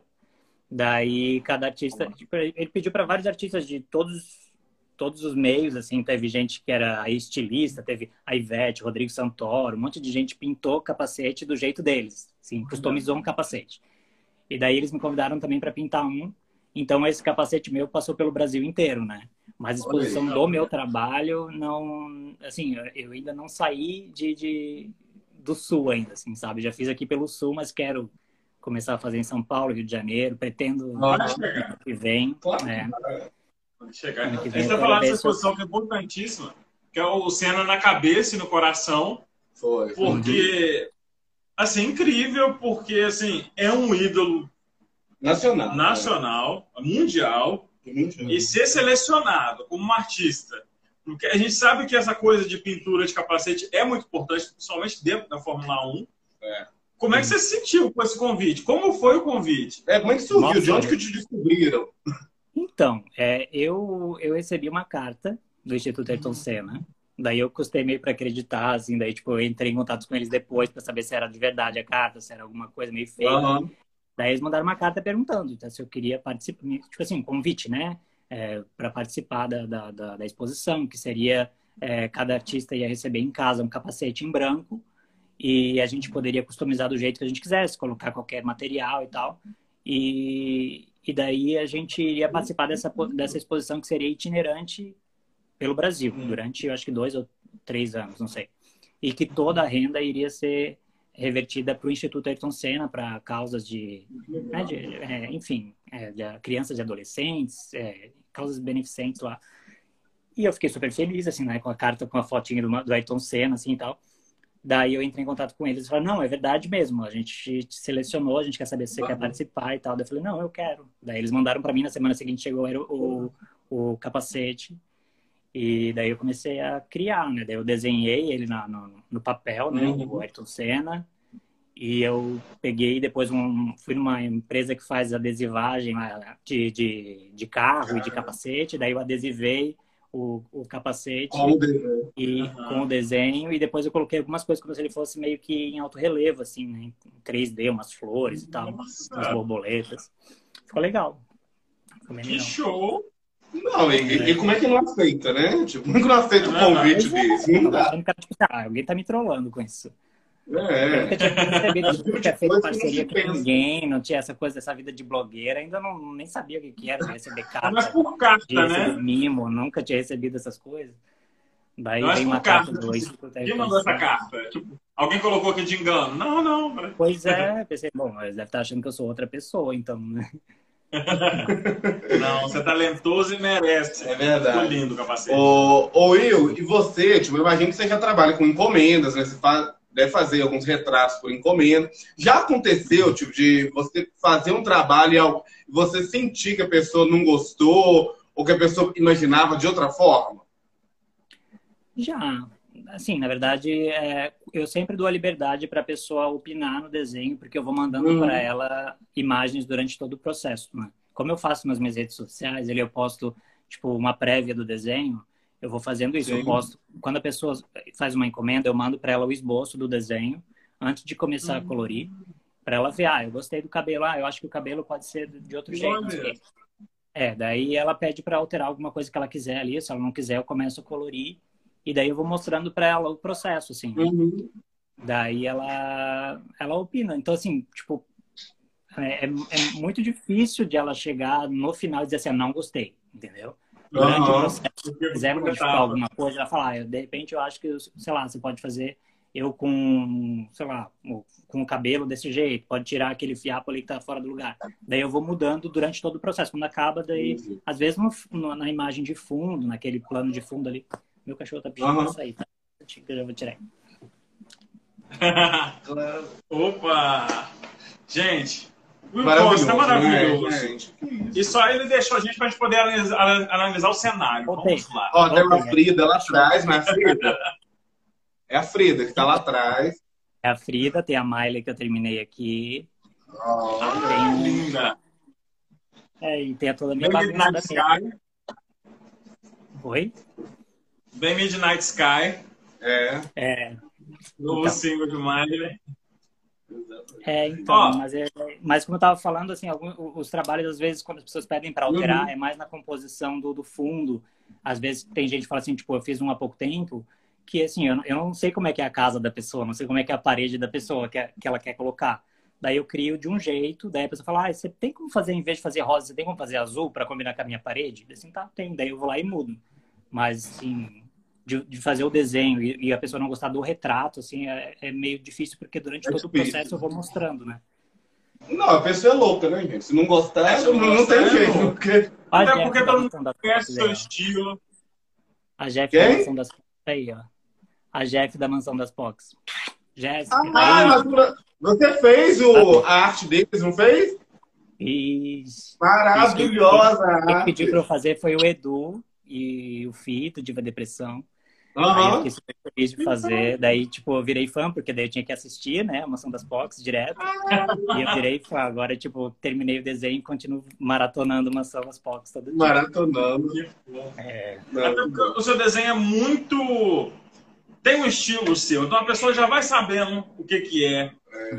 D: Daí cada artista, tipo, ele pediu para vários artistas de todos todos os meios, assim, teve gente que era estilista, teve a Ivete, Rodrigo Santoro, um monte de gente pintou capacete do jeito deles, assim, customizou um capacete. E daí eles me convidaram também para pintar um. Então esse capacete meu passou pelo Brasil inteiro, né? Mas a exposição do meu trabalho não, assim, eu ainda não saí de, de do Sul ainda, assim, sabe? Já fiz aqui pelo Sul, mas quero começar a fazer em São Paulo, Rio de Janeiro, pretendo
C: Pode
B: Aham.
C: chegar.
D: ano que vem,
B: Claro.
D: é,
C: Pode chegar.
D: ano que
C: A
D: vem
C: gente
D: eu
C: vai
D: quero
C: falar
D: ver
C: dessa
D: se eu...
C: exposição que é importantíssima, que é o Senna na cabeça e no coração,
B: Foi.
C: porque, assim, incrível, porque, assim, é um ídolo
B: Nacional.
C: nacional, mundial,
B: Uhum.
C: e ser selecionado como um artista. Porque a gente sabe que essa coisa de pintura de capacete é muito importante, principalmente dentro da Fórmula um.
B: É.
C: Como é que você se sentiu com esse convite? Como foi o convite?
B: É, como é que surgiu?
D: Nossa,
B: De onde que te descobriram?
D: Então, é, eu, eu recebi uma carta do Instituto Ayrton Senna. Daí eu custei meio para acreditar, assim, daí tipo, eu entrei em contato com eles depois para saber se era de verdade a carta, se era alguma coisa meio fake.
B: Aham.
D: Daí eles mandaram uma carta perguntando, então, se eu queria participar, tipo assim, um convite, né? É, para participar da, da, da, da exposição, que seria é, cada artista ia receber em casa um capacete em branco e a gente poderia customizar do jeito que a gente quisesse, colocar qualquer material e tal. E, e daí a gente iria participar dessa, dessa exposição que seria itinerante pelo Brasil, durante, eu acho que dois ou três anos, não sei. E que toda a renda iria ser revertida para o Instituto Ayrton Senna, para causas de, né, de é, enfim, é, de crianças e adolescentes, é, causas beneficentes lá. E eu fiquei super feliz, assim, né, com a carta, com a fotinha do, do Ayrton Senna, assim, e tal. Daí eu entrei em contato com eles e falaram, não, é verdade mesmo, a gente te selecionou, a gente quer saber se você uhum. quer participar e tal. Daí eu falei, não, eu quero. Daí eles mandaram para mim, na semana seguinte chegou o, o, o capacete. E daí eu comecei a criar, né? Daí eu desenhei ele na, no, no papel, né? Uhum. O Ayrton Senna. E eu peguei depois um... Fui numa empresa que faz adesivagem de, de, de carro e de capacete. Daí eu adesivei o, o capacete
B: com o desenho.
D: E, uhum. com o desenho. E depois eu coloquei algumas coisas como se ele fosse meio que em alto relevo, assim, né? Em três D, umas flores e tal. Nossa. Umas borboletas. Ficou legal. Ficou
C: que legal. Show!
B: Não, e, e como é que não aceita, né? Tipo, como é que não aceita o convite desse? Não dá.
D: Ah, alguém tá me trollando com isso.
B: É.
D: Eu nunca tinha percebido, eu nunca tinha feito parceria com ninguém, não tinha essa coisa, essa vida de blogueira, ainda não, nem sabia o que era receber carta.
C: Mas por carta,
D: né?
C: Mimo,
D: nunca tinha recebido essas coisas. Daí
C: Mas
D: vem uma
C: carta,
D: carta do
C: tipo, quem mandou essa carta? Tipo, alguém colocou aqui de engano? Não, não.
D: Pois é, pensei, bom, eles devem estar achando que eu sou outra pessoa, então, né?
C: Não, você é talentoso e merece.
B: É verdade.
C: Ficou lindo o capacete.
B: Ô, ô Will, e você, tipo, eu imagino que você já trabalha com encomendas, né? Você faz, deve fazer alguns retratos por encomenda. Já aconteceu, tipo, de você fazer um trabalho e você sentir que a pessoa não gostou ou que a pessoa imaginava de outra forma?
D: Já. Assim, na verdade, é, eu sempre dou a liberdade para a pessoa opinar no desenho, porque eu vou mandando uhum. para ela imagens durante todo o processo, né? como eu faço nas minhas redes sociais, ele eu posto, tipo, uma prévia do desenho, eu vou fazendo isso. Sim. Eu posto, quando a pessoa faz uma encomenda, eu mando para ela o esboço do desenho antes de começar uhum. a colorir, para ela ver, ah, eu gostei do cabelo, ah, eu acho que o cabelo pode ser de outro jeito. É, daí ela pede para alterar alguma coisa que ela quiser ali, se ela não quiser, eu começo a colorir, e daí eu vou mostrando para ela o processo, assim. Né? Uhum. Daí ela, ela opina. Então, assim, tipo, é, é muito difícil de ela chegar no final e dizer assim, não gostei, entendeu? Durante uhum. o processo, se quiser modificar alguma coisa, ela fala, ah, de repente eu acho que, sei lá, você pode fazer eu com, sei lá, com o cabelo desse jeito, pode tirar aquele fiapo ali que tá fora do lugar. Daí eu vou mudando durante todo o processo. Quando acaba, daí, uhum. às vezes no, no, na imagem de fundo, naquele plano de fundo ali, meu cachorro tá pedindo uhum. pra sair, tá? Eu já vou tirar.
C: Opa! Gente, o Costa é maravilhoso. Né, gente? E só ele deixou a gente pra gente poder analisar, analisar o cenário.
D: Voltei.
C: Vamos lá.
B: Ó, tem uma Frida lá atrás, mas Frida. É a Frida que tá lá atrás.
D: É a Frida, tem a Miley que eu terminei aqui.
B: Oh,
C: tem... linda!
D: É, e tem a toda a minha bagunça da Sky. Oi?
C: Bem Midnight Sky.
B: É.
D: É.
C: Novo então. Single de Miley.
D: É, então, oh. mas, é, mas como eu tava falando, assim, alguns, os trabalhos, às vezes, quando as pessoas pedem para alterar, uhum. é mais na composição do, do fundo. Às vezes tem gente que fala assim, tipo, eu fiz um há pouco tempo, que assim, eu, eu não sei como é que é a casa da pessoa, não sei como é que é a parede da pessoa que, é, que ela quer colocar. Daí eu crio de um jeito, daí a pessoa fala, ah, você tem como fazer, em vez de fazer rosa, você tem como fazer azul para combinar com a minha parede? Eu assim, tá, tem. Daí eu vou lá e mudo. Mas, assim, de, de fazer o desenho e, e a pessoa não gostar do retrato, assim, é, é meio difícil, porque durante é todo difícil. o processo eu vou mostrando, né?
B: Não, a pessoa é louca, né, gente? Se não gostar, é, não, não, não tem jeito. Porque...
C: Até porque todo mundo conhece o seu estilo.
D: A Jeff Quem? da Mansão das Pocs. Aí, ó. A Jeff da Mansão das Pocs. Jéssica.
B: Ah, mas você fez o, a arte deles, não fez?
D: Isso.
B: Maravilhosa!
D: Quem pediu pra eu fazer foi o Edu e o Fito, Diva Depressão.
B: Uhum.
D: Aí eu fiquei super feliz de fazer. Daí, tipo, eu virei fã, porque daí eu tinha que assistir, né? A Mansão das Pocs direto. E eu virei fã. Agora, tipo, terminei o desenho e continuo maratonando Mansão das Pocs todo dia.
B: Maratonando.
C: É. Até porque o seu desenho é muito... Tem um estilo seu. Então a pessoa já vai sabendo o que que é.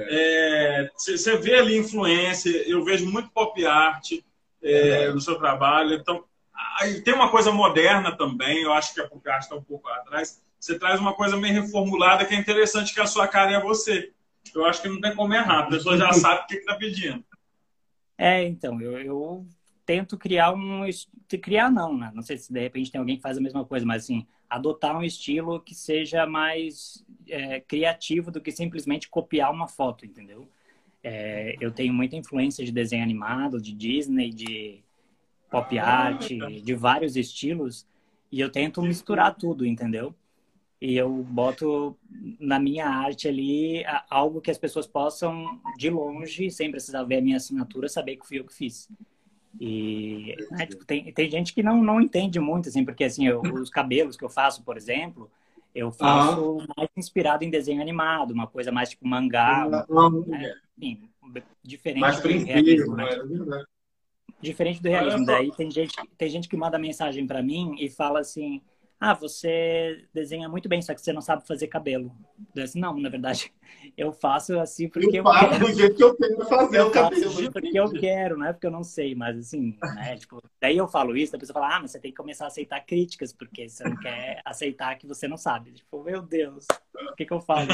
C: Você é. vê ali influência. Eu vejo muito pop art é, é. no seu trabalho. Então... Aí tem uma coisa moderna também, eu acho que a pop art está um pouco atrás. Você traz uma coisa meio reformulada que é interessante, que a sua cara é você. Eu acho que não tem como errar, a pessoa já sabe o que está pedindo.
D: É, então, eu, eu tento criar um... Criar não, né? Não sei se de repente tem alguém que faz a mesma coisa, mas assim, adotar um estilo que seja mais é, criativo do que simplesmente copiar uma foto, entendeu? É, eu tenho muita influência de desenho animado, de Disney, de... pop art, de vários estilos, e eu tento misturar tudo, entendeu? E eu boto na minha arte ali algo que as pessoas possam, de longe, sem precisar ver a minha assinatura, saber que fui eu que fiz. E né, tipo, tem, tem gente que não, não entende muito, assim, porque assim, eu, os cabelos que eu faço, por exemplo, eu faço uhum. mais inspirado em desenho animado, uma coisa mais tipo mangá, uhum. né? Enfim, diferente
B: mais
D: do realismo, né? Diferente do realismo. Daí tem gente, tem gente que manda mensagem pra mim e fala assim, ah, você desenha muito bem, só que você não sabe fazer cabelo. Eu assim, não, na verdade, eu faço assim porque eu, eu
B: faço quero. do jeito que eu quero fazer eu o cabelo.
D: Assim porque eu quero, não é porque eu não sei, mas assim, né, tipo, daí eu falo isso, a pessoa fala, ah, mas você tem que começar a aceitar críticas, porque você não quer aceitar que você não sabe. Tipo, meu Deus, o que que eu falo?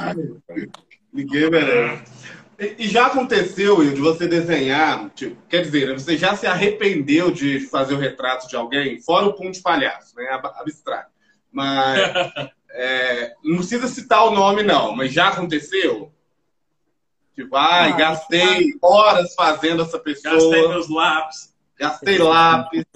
B: Ninguém merece. E já aconteceu, Will, de você desenhar, tipo, quer dizer, você já se arrependeu de fazer o retrato de alguém, fora o pum de palhaço, né, abstrato. Mas, é, não precisa citar o nome, não, mas já aconteceu? Tipo, ai, ah, gastei tá... horas fazendo essa pessoa.
C: Gastei meus lápis.
B: Gastei lápis.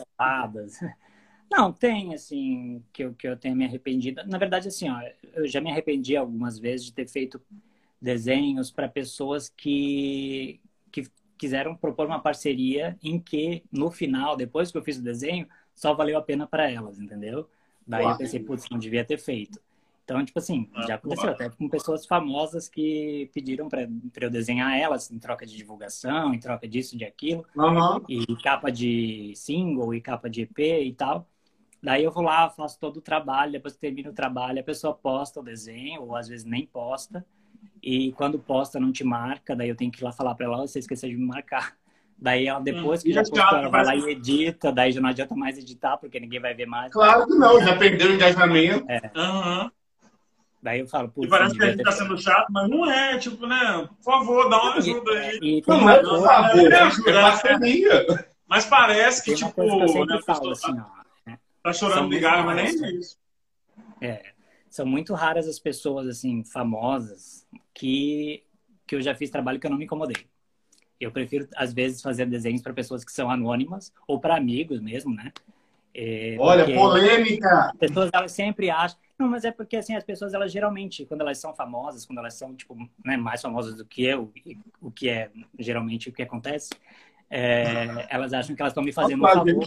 D: Não, tem, assim, que eu, que eu tenha me arrependido. Na verdade, assim, ó, eu já me arrependi algumas vezes de ter feito desenhos para pessoas que, que quiseram propor uma parceria em que, no final, depois que eu fiz o desenho, só valeu a pena para elas, entendeu? Daí Uau. eu pensei, putz, não devia ter feito. Então, tipo assim,
C: Ah,
D: já aconteceu até com pessoas famosas que pediram para eu desenhar elas em troca de divulgação, em troca disso, de aquilo,
B: Aham.
D: e capa de single, e capa de E P e tal. Daí eu vou lá, faço todo o trabalho, depois que termino o trabalho, a pessoa posta o desenho, ou às vezes nem posta. E quando posta, não te marca, daí eu tenho que ir lá falar para ela, "Oh, você esqueceu de me marcar." Daí ela, depois que
C: E
D: já
C: é
D: postou,
C: chato,
D: ela vai lá
C: parece
D: e edita, daí já não adianta mais editar, porque ninguém vai ver mais.
B: Claro que não, já perdeu o engajamento.
C: que... Aham.
D: Daí eu falo,
C: E
D: putz, não
C: parece que a
D: devia
C: gente
D: ter
C: tá
D: feito.
C: sendo chato, mas não é, tipo, né? Por favor, dá uma
D: Não, e,
C: ajuda aí.
D: e tem
B: Não, não
D: uma
B: é por
D: coisa,
B: favor,
C: É
B: é
C: ajuda, né?
B: parceria.
C: Mas parece que,
D: tem uma
C: tipo,
D: coisa que eu
C: né,
D: sempre
C: a
D: falo,
C: pessoa
D: assim,
C: tá,
D: ó, né?
C: tá
D: São
C: chorando de
D: muito
C: galho, mas
D: raras,
C: nem isso.
D: é, são muito raras as pessoas, assim, famosas que, que eu já fiz trabalho que eu não me incomodei. Eu prefiro, às vezes, fazer desenhos para pessoas que são anônimas ou para amigos mesmo, né? É,
B: Olha,
D: porque
B: polêmica.
D: as pessoas, elas sempre acham... Não, mas é porque, assim, as pessoas, elas geralmente, quando elas são famosas, quando elas são, tipo, né, mais famosas do que eu, o que é geralmente o que acontece, é, elas acham que elas estão me fazendo um favor.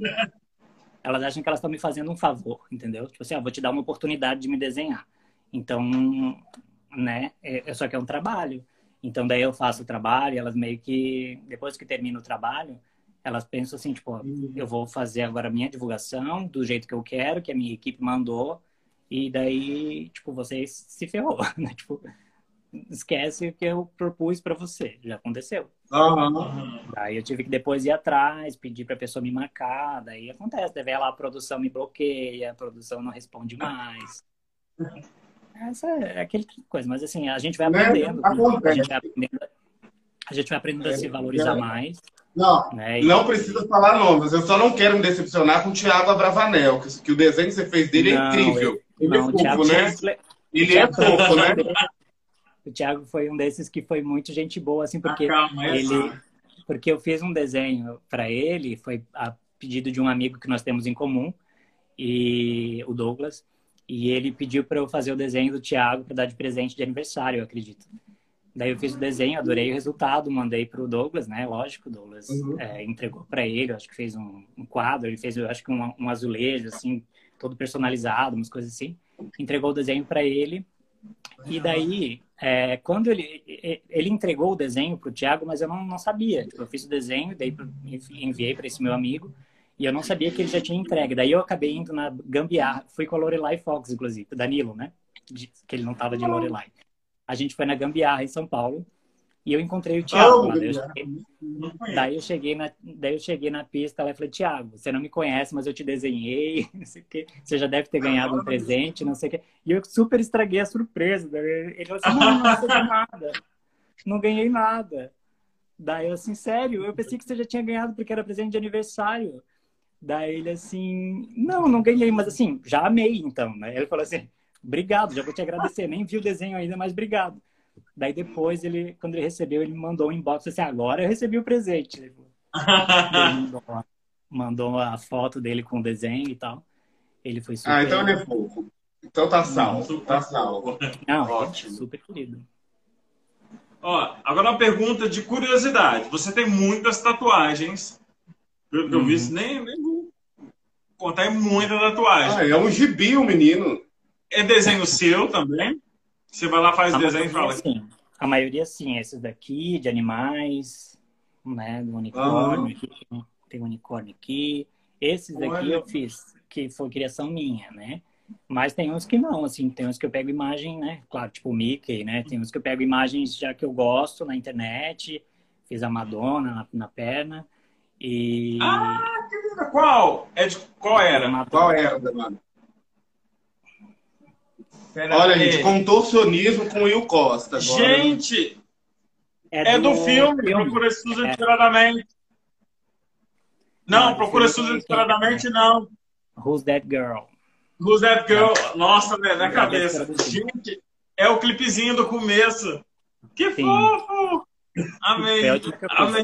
D: Elas acham que elas estão me fazendo um favor, entendeu? Tipo assim, ah, vou te dar uma oportunidade de me desenhar. Então, né, é, só que é um trabalho. Então, daí eu faço o trabalho, elas meio que, depois que termina o trabalho, elas pensam assim, tipo, eu vou fazer agora a minha divulgação do jeito que eu quero, que a minha equipe mandou, e daí, tipo, você se ferrou, né? Tipo, esquece o que eu propus para você, já aconteceu.
B: Aham.
D: Daí eu tive que depois ir atrás, pedir pra pessoa me marcar, daí acontece, daí vai lá, a produção me bloqueia, a produção não responde mais. Essa é aquele tipo de coisa, mas assim, a gente vai
B: Né?
D: aprendendo, a
B: Acontece.
D: gente vai aprendendo, a gente vai aprendendo a se valorizar mais,
B: Não,
D: né?
B: não
D: E,
B: precisa falar nomes. Eu só não quero me decepcionar com o Thiago Abravanel, que, que o desenho que você fez dele é
D: não,
B: incrível.
D: ele,
B: Ele é
D: não, o Thiago,
B: fofo, né?
D: foi- o
B: Ele é
D: Thiago também
B: fofo,
D: foi
B: né?
D: um desses, o Thiago foi um desses que foi muito gente boa, assim,
C: Ah,
D: porque
C: calma, é
D: ele,
C: assim.
D: porque eu fiz um desenho para ele, foi a pedido de um amigo que nós temos em comum, e o Douglas, e ele pediu para eu fazer o desenho do Thiago para dar de presente de aniversário, eu acredito. Daí eu fiz o desenho, adorei o resultado, mandei para o Douglas, né? Lógico, o Douglas
B: Uhum.
D: é, entregou para ele, eu acho que fez um, um quadro, ele fez, eu acho que um, um azulejo, assim, todo personalizado, umas coisas assim. Entregou o desenho para ele. E daí, é, quando ele, ele entregou o desenho para o Thiago, mas eu não, não sabia. Tipo, eu fiz o desenho, daí enviei para esse meu amigo, e eu não sabia que ele já tinha entregue. Daí eu acabei indo na Gambiarra, fui com a Lorelai Fox, inclusive, o Danilo, né? De, que ele não tava de Lorelai. A gente foi na Gambiarra, em São Paulo, e eu encontrei o Thiago lá. Daí eu, cheguei, daí, eu cheguei na, daí eu cheguei na pista lá e falei, Thiago, você não me conhece, mas eu te desenhei, não sei o quê. Você já deve ter ganhado um presente, não sei o quê. E eu super estraguei a surpresa. Ele falou assim, não, não recebi nada. Não ganhei nada. Daí eu assim, sério, eu pensei que você já tinha ganhado porque era presente de aniversário. Daí ele assim, não, não ganhei, mas assim, já amei então, né? Ele falou assim, obrigado, já vou te agradecer. Nem vi o desenho ainda, mas obrigado. Daí depois, ele, quando ele recebeu, ele me mandou um inbox assim, agora eu recebi o presente. Ele mandou, mandou a foto dele com o desenho e tal. Ele foi super...
B: Ah, então ele é fofo. Então tá salvo, tá salvo.
D: Não,
B: Ótimo.
D: é super querido.
C: Ó, agora uma pergunta de curiosidade. Você tem muitas tatuagens. Pelo que eu vi,
D: Uhum.
C: nem, nem vou contar, é muita tatuagem.
B: Ah, é um gibi, o menino.
C: É desenho seu também? Você vai lá, faz
D: A
C: desenho e
D: maioria,
C: fala.
D: sim. A maioria, sim. Esses daqui, de animais, né? Do unicórnio.
B: Aham.
D: Aqui, tem um unicórnio aqui. Esses daqui
C: Olha.
D: eu fiz, que foi criação minha, né? Mas tem uns que não, assim. Tem uns que eu pego imagem, né? Claro, tipo o Mickey, né? Tem uns que eu pego imagens já que eu gosto na internet. Fiz a Madonna na, na perna. E...
C: Ah, que linda! Qual? É de qual
D: fiz a
C: era?
D: Madonna.
B: Qual era, mano?
C: Pera
B: Olha,
C: aí.
B: gente, contorcionismo com o Will Costa. Agora.
C: Gente, é do filme, Procura Susan
D: É.
C: Desesperadamente. Não,
D: Não, do
C: Procura
D: filme
C: Susan
D: tem-
C: Desesperadamente, não.
D: Who's That Girl?
C: Who's That Girl? Nossa, né, na
D: Who's That
C: cabeça.
D: Girl?
C: Gente, é o clipezinho do começo. Que
D: Sim.
C: fofo! Amei,
D: Foi a última que eu fiz.
C: amei.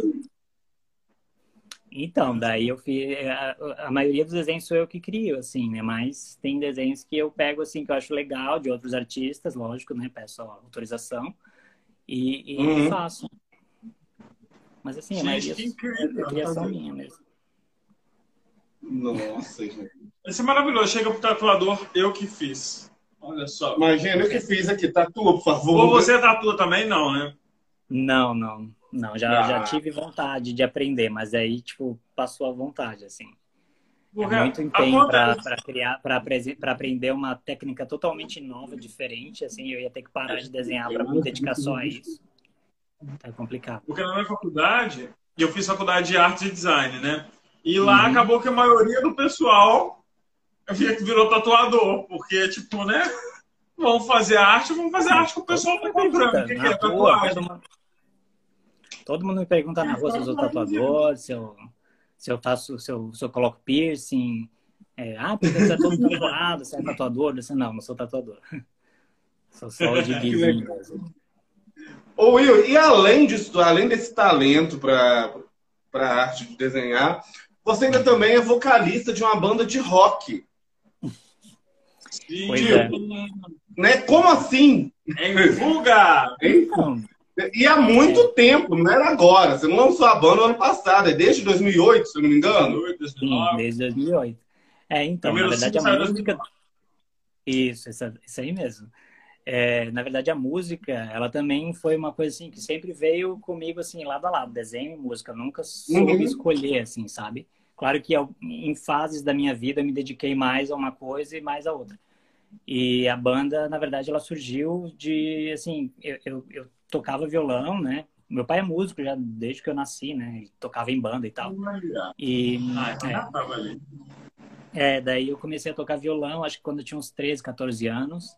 D: Então, daí eu fiz. A, a maioria dos desenhos sou eu que crio, assim, né? Mas tem desenhos que eu pego, assim, que eu acho legal, de outros artistas, lógico, né? Peço a autorização e, e
B: Uhum.
D: faço. Mas, assim, a
C: Gente,
D: maioria
C: que incrível.
D: é criação minha mesmo.
B: Nossa, gente.
C: Esse é maravilhoso. Chega pro tatuador, eu que fiz. Olha só.
B: Imagina, eu que fiz aqui. Tatua, por favor.
C: Ou você tatua também? Não, né?
D: Não, não, não. Já, já
B: Ah.
D: tive vontade de aprender, mas aí, tipo, passou a vontade, assim. É
C: Porque
D: muito empenho para
C: acontece.
D: criar, para aprender uma técnica totalmente nova, diferente, assim, eu ia ter que parar de desenhar para me dedicar só a isso. Tá complicado.
C: Porque na minha faculdade, e eu fiz faculdade de arte e design, né? E lá
D: Uhum.
C: acabou que a maioria do pessoal virou tatuador, porque, tipo, né? Vamos fazer arte, vamos fazer arte que o pessoal tá comprando. O que, que
D: Na
C: é
D: rua,
C: tatuagem?
D: todo mundo, todo mundo me pergunta na rua se eu sou tatuador, se eu, se eu faço, se eu, se eu coloco piercing. É, ah, porque você é todo tatuado, você é tatuador? Eu disse, não, não sou tatuador. Sou só o de guizinho mesmo.
B: Ô, Will, e além disso, além desse talento para para arte de desenhar, você ainda também é vocalista de uma banda de rock,
C: Sim.
D: Pois é.
B: né? Como assim?
C: Em fuga!
B: Hein?
D: Então,
B: E há muito tempo, não era agora. Você não lançou a banda no ano passado, é desde dois mil e oito, se eu não me engano.
D: sim, desde dois mil e oito. É, então,
C: Primeiro
D: na verdade,
C: single
D: a
C: saiu em
D: música... Isso, essa, isso aí mesmo. É, na verdade, a música, ela também foi uma coisa assim que sempre veio comigo assim, lado a lado, desenho e música. Eu nunca soube
B: Uhum.
D: escolher, assim, sabe? Claro que eu, em fases da minha vida eu me dediquei mais a uma coisa e mais a outra. E a banda, na verdade, ela surgiu de, assim, eu, eu, eu tocava violão, né? Meu pai é músico já desde que eu nasci, né? Ele tocava em banda e tal. E
C: Ah, então
D: é,
C: já tava ali.
D: é, daí eu comecei a tocar violão, acho que quando eu tinha uns treze, quatorze anos.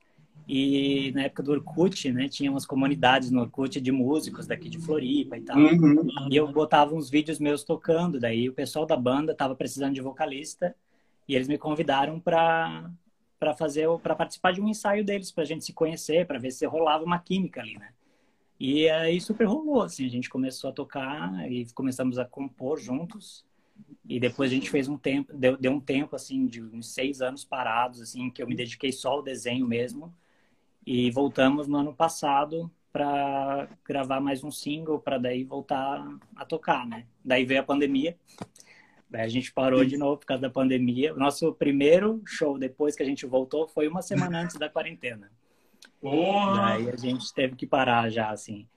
D: E na época do Orkut, né, tinha umas comunidades no Orkut de músicos daqui de Floripa e tal.
B: Uhum.
D: E eu botava uns vídeos meus tocando, daí o pessoal da banda tava precisando de vocalista e eles me convidaram para para fazer para participar de um ensaio deles, pra gente se conhecer, para ver se rolava uma química ali, né? E aí super rolou, assim, a gente começou a tocar e começamos a compor juntos. E depois a gente fez um tempo, deu, deu um tempo assim de uns seis anos parados, assim, que eu me dediquei só ao desenho mesmo. E voltamos no ano passado para gravar mais um single, para daí voltar a tocar, né? Daí veio a pandemia, daí a gente parou de novo por causa da pandemia. O nosso primeiro show, depois que a gente voltou, foi uma semana antes da quarentena.
C: Porra!
D: Daí a gente teve que parar já, assim.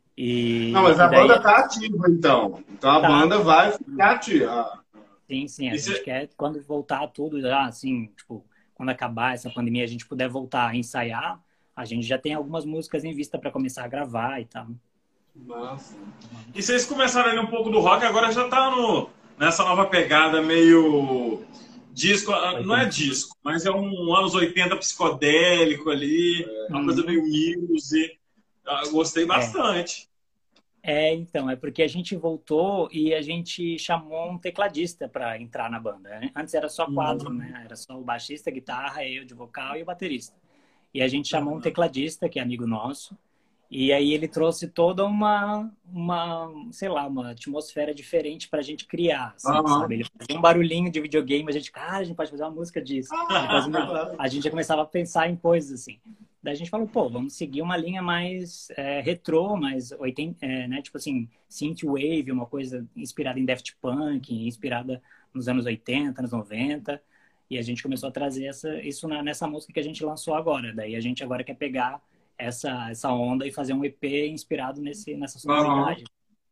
D: E,
B: Não, mas
D: e
B: a
D: daí,
B: banda tá ativa, então. Então a
D: Tá.
B: banda vai ficar ativa.
D: sim, sim, a
C: E
D: gente
C: cê-
D: quer, quando voltar tudo, já, assim, tipo, quando acabar essa pandemia, a gente puder voltar a ensaiar, a gente já tem algumas músicas em vista para começar a gravar e tal.
B: Nossa.
C: E vocês começaram ali um pouco do rock, agora já tá no, nessa nova pegada meio disco, não é disco, mas é um anos oitenta psicodélico ali, uma
D: Hum.
C: coisa meio music. Ah, gostei bastante.
D: É, então, é porque a gente voltou e a gente chamou um tecladista para entrar na banda. né? Antes era só quatro, né? Era só o baixista, a guitarra, eu de vocal e o baterista. E a gente chamou um tecladista, que é amigo nosso, e aí ele trouxe toda uma, uma sei lá, uma atmosfera diferente pra gente criar, assim,
B: Aham.
D: sabe? Ele fazia um barulhinho de videogame, a gente, cara, a gente pode fazer uma música disso. Ele fazia uma- a gente já começava a pensar em coisas assim. Daí a gente falou, pô, vamos seguir uma linha mais é, retrô, mais oitenta, é, né? Tipo assim, synthwave, uma coisa inspirada em Daft Punk, inspirada nos anos oitenta, anos noventa. E a gente começou a trazer essa, isso na, nessa música que a gente lançou agora. Daí a gente agora quer pegar essa, essa onda e fazer um E P inspirado nesse, nessa sonoridade.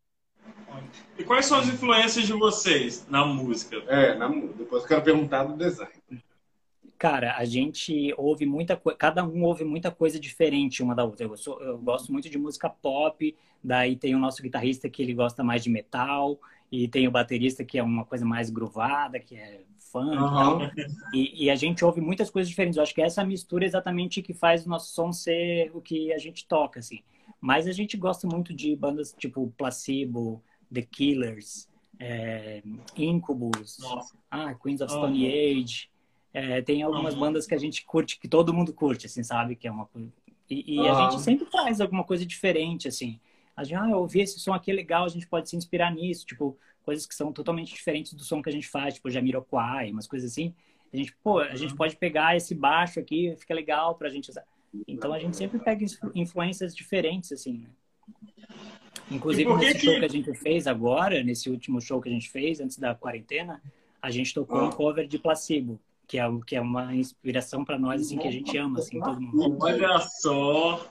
C: E quais são as influências de vocês na música?
B: É, na, depois eu quero perguntar do design.
D: Cara, a gente ouve muita coisa, cada um ouve muita coisa diferente uma da outra. Eu, sou, eu gosto muito de música pop, daí tem o nosso guitarrista que ele gosta mais de metal, e tem o baterista que é uma coisa mais groovada, que é funk e tal.
B: Aham.
D: E, e a gente ouve muitas coisas diferentes. Eu acho que essa mistura é exatamente que faz o nosso som ser o que a gente toca, assim. Mas a gente gosta muito de bandas tipo Placebo, The Killers, é, Incubus,
C: Nossa.
D: ah, Queens of
C: Aham.
D: Stone Age. É, tem algumas
C: Aham.
D: bandas que a gente curte, que todo mundo curte, assim, sabe? Que é uma coisa... E, e a
B: Aham.
D: gente sempre faz alguma coisa diferente, assim. A gente, ah, eu ouvi esse som aqui legal, a gente pode se inspirar nisso. Tipo, coisas que são totalmente diferentes do som que a gente faz, tipo Jamiroquai, umas coisas assim. A gente, pô, a gente pode pegar esse baixo aqui, fica legal pra gente usar. Então a gente sempre pega influ- influências diferentes, assim, né? Inclusive,
C: E por que
D: nesse
C: que-
D: show que a gente fez agora, nesse último show que a gente fez, antes da quarentena, a gente tocou
B: Ah.
D: um cover de Placebo, que é, que é uma inspiração para nós, assim, que a gente ama, assim, todo mundo.
C: Olha só!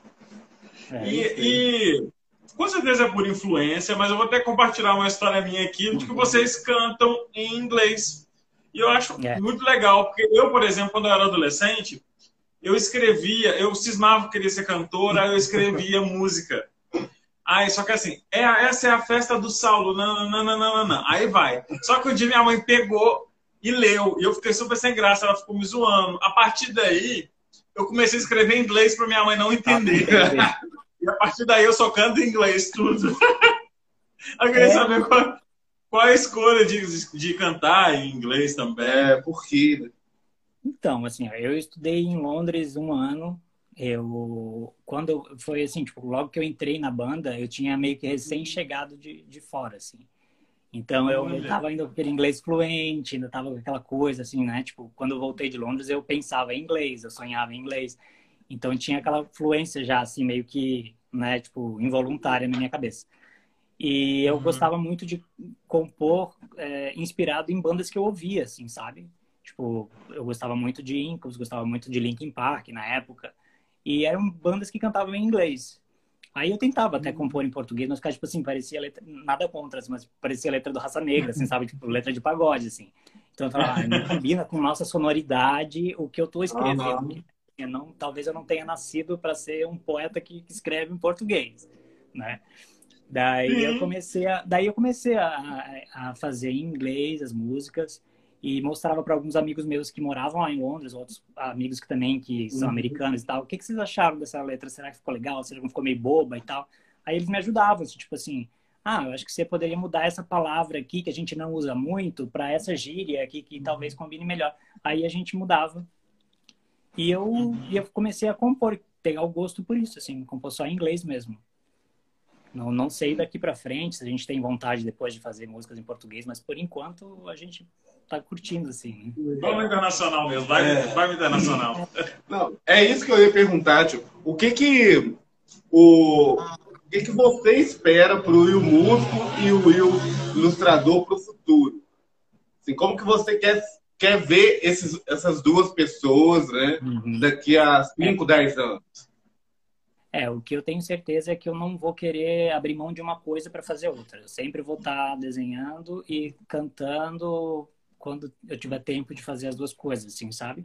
D: É.
C: E, e com certeza é por influência, mas eu vou até compartilhar uma história minha aqui de que vocês cantam em inglês. E eu acho
D: É.
C: muito legal, porque eu, por exemplo, quando eu era adolescente, eu escrevia, eu cismava que queria ser cantora, eu escrevia música. Aí, só que assim, é, essa é a festa do Saulo, não, não, não, não, não, aí vai. Só que um dia minha mãe pegou e leu, e eu fiquei super sem graça, ela ficou me zoando. A partir daí, eu comecei a escrever em inglês para minha mãe não entender. E a partir daí eu só canto em inglês tudo. Eu queria
D: É.
C: saber qual, qual é a escolha de, de cantar em inglês também.
B: É, por quê? Né?
D: Então, assim, ó, eu estudei em Londres um ano. Eu, quando eu, foi assim, tipo, logo que eu entrei na banda, eu tinha meio que recém-chegado de, de fora, assim. Então, eu, eu tava ainda com aquele inglês fluente, ainda tava com aquela coisa, assim, né? Tipo, quando eu voltei de Londres, eu pensava em inglês, eu sonhava em inglês. Então, tinha aquela fluência já, assim, meio que, né, tipo, involuntária na minha cabeça. E eu
C: Uhum.
D: gostava muito de compor é, inspirado em bandas que eu ouvia, assim, sabe? Tipo, eu gostava muito de Incubus, gostava muito de Linkin Park na época. E eram bandas que cantavam em inglês. Aí eu tentava até compor em português, mas, tipo assim, parecia letra... Nada contra, assim, mas parecia letra do Raça Negra, assim, sabe? Tipo, letra de pagode, assim. Então eu falava, ah, não combina com nossa sonoridade o que eu tô escrevendo.
B: Uhum.
D: Eu não, talvez eu não tenha nascido para ser um poeta que escreve em português, né? Daí eu comecei a, daí eu comecei a, a fazer em inglês as músicas e mostrava para alguns amigos meus que moravam lá em Londres, outros amigos que também que são
B: Uhum.
D: americanos e tal. O que, que vocês acharam dessa letra? Será que ficou legal? Será que não ficou meio boba e tal? Aí eles me ajudavam, assim, tipo assim, ah, eu acho que você poderia mudar essa palavra aqui que a gente não usa muito para essa gíria aqui que talvez combine melhor. Aí a gente mudava. E eu, e eu comecei a compor, pegar o gosto por isso, assim, compor só em inglês mesmo. Não, não sei daqui pra frente se a gente tem vontade depois de fazer músicas em português, mas por enquanto a gente tá curtindo, assim, né?
C: Vamos internacional mesmo, vai,
B: É.
C: vai internacional.
B: Não, é isso que eu ia perguntar, tipo, o que que o, o que que você espera pro Will músico e o Will ilustrador pro futuro? Assim, como que você quer, quer ver esses, essas duas pessoas, né,
D: Uhum.
B: daqui a cinco, dez anos?
D: É, o que eu tenho certeza é que eu não vou querer abrir mão de uma coisa para fazer outra. Eu sempre vou estar desenhando e cantando quando eu tiver tempo de fazer as duas coisas, assim, sabe?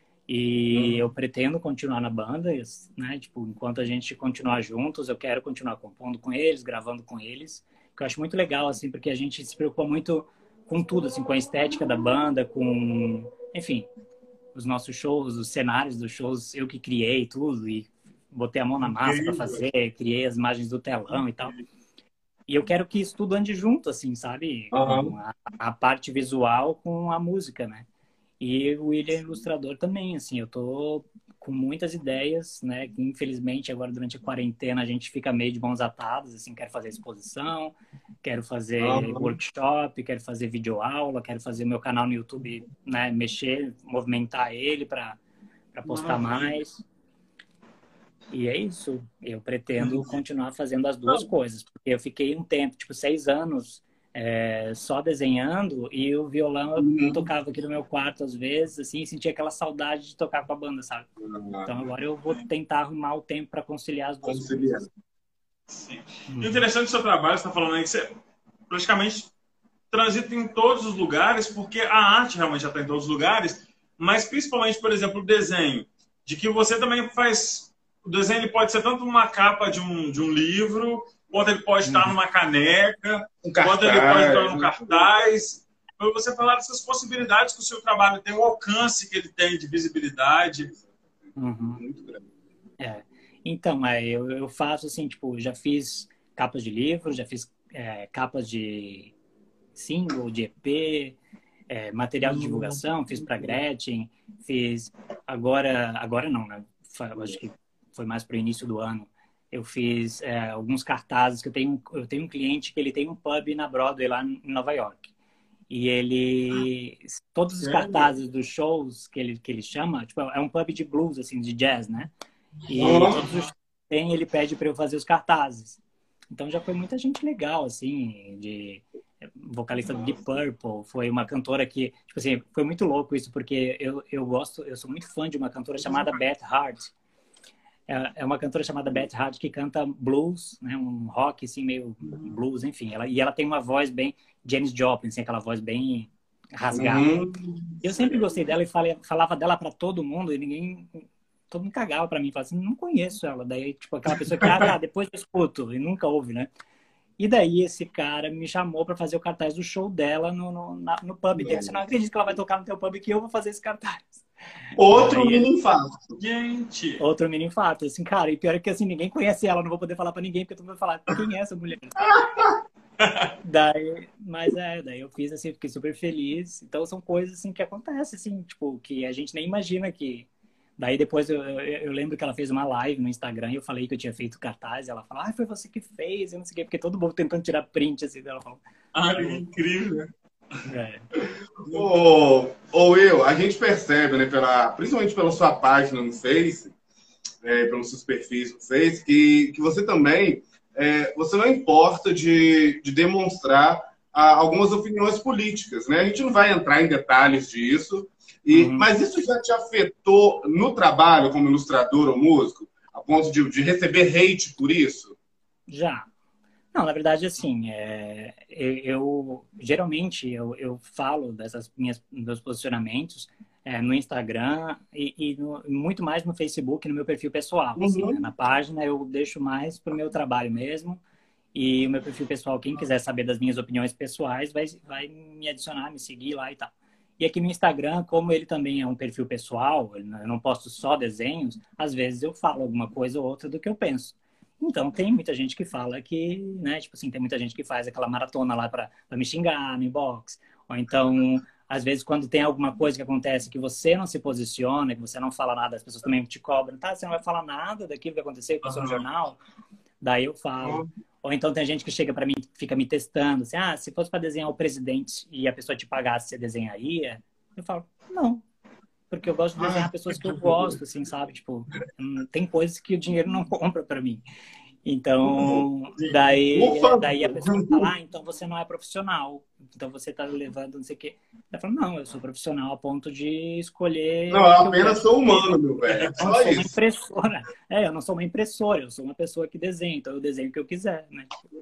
D: E eu pretendo continuar na banda, né? Tipo, enquanto a gente continuar juntos, eu quero continuar compondo com eles, gravando com eles, que eu acho muito legal, assim, porque a gente se preocupa muito com tudo, assim, com a estética da banda, com, enfim, os nossos shows, os cenários dos shows, eu que criei tudo e botei a mão na massa para fazer, criei as imagens do telão e tal. E eu quero que isso tudo ande junto, assim, sabe?
B: Uhum.
D: Com a, a parte visual com a música, né? E o William é ilustrador também, assim, eu tô com muitas ideias, né? Infelizmente, agora durante a quarentena a gente fica meio de mãos atadas, assim, quero fazer exposição, quero fazer
B: Uhum.
D: workshop, quero fazer videoaula, quero fazer meu canal no YouTube, né? Mexer, movimentar ele para para postar
C: Uhum.
D: mais. E é isso. Eu pretendo continuar fazendo as duas coisas. Porque eu fiquei um tempo, tipo, seis anos é, só desenhando e o violão eu
B: Uhum.
D: tocava aqui no meu quarto às vezes, assim, e sentia aquela saudade de tocar com a banda, sabe? Então agora eu vou tentar arrumar o tempo para conciliar as duas
B: Conciliar.
D: coisas.
C: Sim.
D: Uhum.
C: O interessante do seu trabalho, você está falando aí que você praticamente transita em todos os lugares, porque a arte realmente já está em todos os lugares, mas principalmente, por exemplo, o desenho, de que você também faz... O desenho ele pode ser tanto uma capa de um, de um livro, quanto ele pode estar numa caneca,
B: Um
C: quanto ele pode estar
B: cartaz.
C: num cartaz. Para você falar dessas possibilidades que o seu trabalho tem, o alcance que ele tem de visibilidade.
D: Uhum.
B: Muito grande.
D: É. Então, é, eu, eu faço assim, tipo, já fiz capas de livros, já fiz é, capas de single, de E P, é, material de divulgação, fiz para Gretchen, fiz agora, agora não, né? Eu acho que foi mais para o início do ano. Eu fiz é, alguns cartazes que eu tenho, eu tenho um cliente que ele tem um pub na Broadway lá em Nova York. E ele, todos os
C: Sério?
D: cartazes dos shows que ele, que ele chama, tipo, é um pub de blues, assim, de jazz, né? E
B: Uhum.
D: todos os que tem, ele pede para eu fazer os cartazes. Então já foi muita gente legal, assim, de vocalista do Deep Purple, foi uma cantora que, tipo assim, foi muito louco isso, porque eu, eu gosto, eu sou muito fã de uma cantora chamada Beth Hart. É, é uma cantora chamada Beth Hart que canta blues, né, um rock, assim, meio blues, enfim. Ela, e ela tem uma voz bem Janis Joplin, assim, aquela voz bem rasgada.
B: Uhum.
D: Eu sempre gostei dela e falei, falava dela para todo mundo e ninguém... Todo mundo cagava pra mim, falava assim, não conheço ela. Daí, tipo, aquela pessoa que, ah, tá, depois eu escuto, e nunca ouve, né? E daí esse cara me chamou pra fazer o cartaz do show dela no, no, na, no pub dele. Você não acredita que ela vai tocar no teu pub que eu vou fazer esse cartaz.
B: Outro
D: Daí,
B: mini infarto.
C: Gente!
D: Outro mini infarto, assim, cara. E pior é que, assim, ninguém conhece ela, não vou poder falar pra ninguém, porque todo mundo vai falar, quem é essa mulher? Daí, mas é, daí eu fiz, assim, fiquei super feliz. Então são coisas, assim, que acontecem, assim, tipo, que a gente nem imagina que... Daí depois eu, eu, eu lembro que ela fez uma live no Instagram e eu falei que eu tinha feito cartaz. E ela falou, ah, foi você que fez, eu não sei o quê. Porque todo mundo tentando tirar print, assim. Ela falou,
C: Ah, que incrível.
D: é.
B: Ou, ou eu, a gente percebe, né, pela, principalmente pela sua página no Face, é, pelos seus perfis no Face, que, que você também, é, você não importa de, de demonstrar ah, algumas opiniões políticas, né? A gente não vai entrar em detalhes disso, e,
D: Uhum.
B: mas isso já te afetou no trabalho como ilustrador ou músico, a ponto de, de receber hate por isso?
D: Já. Não, na verdade, assim, é, eu, eu geralmente eu, eu falo dessas minhas meus posicionamentos é, no Instagram e, e no, muito mais no Facebook, no meu perfil pessoal. Assim,
B: Uhum.
D: né? Na página eu deixo mais pro meu trabalho mesmo. E o meu perfil pessoal, quem quiser saber das minhas opiniões pessoais, vai, vai me adicionar, me seguir lá e tal. E aqui no Instagram, como ele também é um perfil pessoal, eu não posto só desenhos, às vezes eu falo alguma coisa ou outra do que eu penso. Então, tem muita gente que fala que, né, tipo assim, tem muita gente que faz aquela maratona lá para me xingar no inbox. Ou então, às vezes, quando tem alguma coisa que acontece que você não se posiciona, que você não fala nada, as pessoas também te cobram, tá, você não vai falar nada daquilo que aconteceu, que passou no jornal? Daí eu falo. Ou então tem gente que chega para mim, fica me testando, assim, ah, se fosse para desenhar o presidente e a pessoa te pagasse, você desenharia? Eu falo, não. Porque eu gosto de desenhar pessoas que eu gosto, assim, sabe? Tipo, tem coisas que o dinheiro não compra para mim. Então, daí, daí a pessoa fala, ah, então você não é profissional. Então você tá levando não sei o quê. Eu falo, não, eu sou profissional a ponto de escolher...
B: Não, eu apenas sou humano, meu velho.
D: Eu não
B: Só
D: sou uma
B: isso.
D: impressora. É, eu não sou uma impressora, eu sou uma pessoa que desenha, então eu desenho o que eu quiser, né?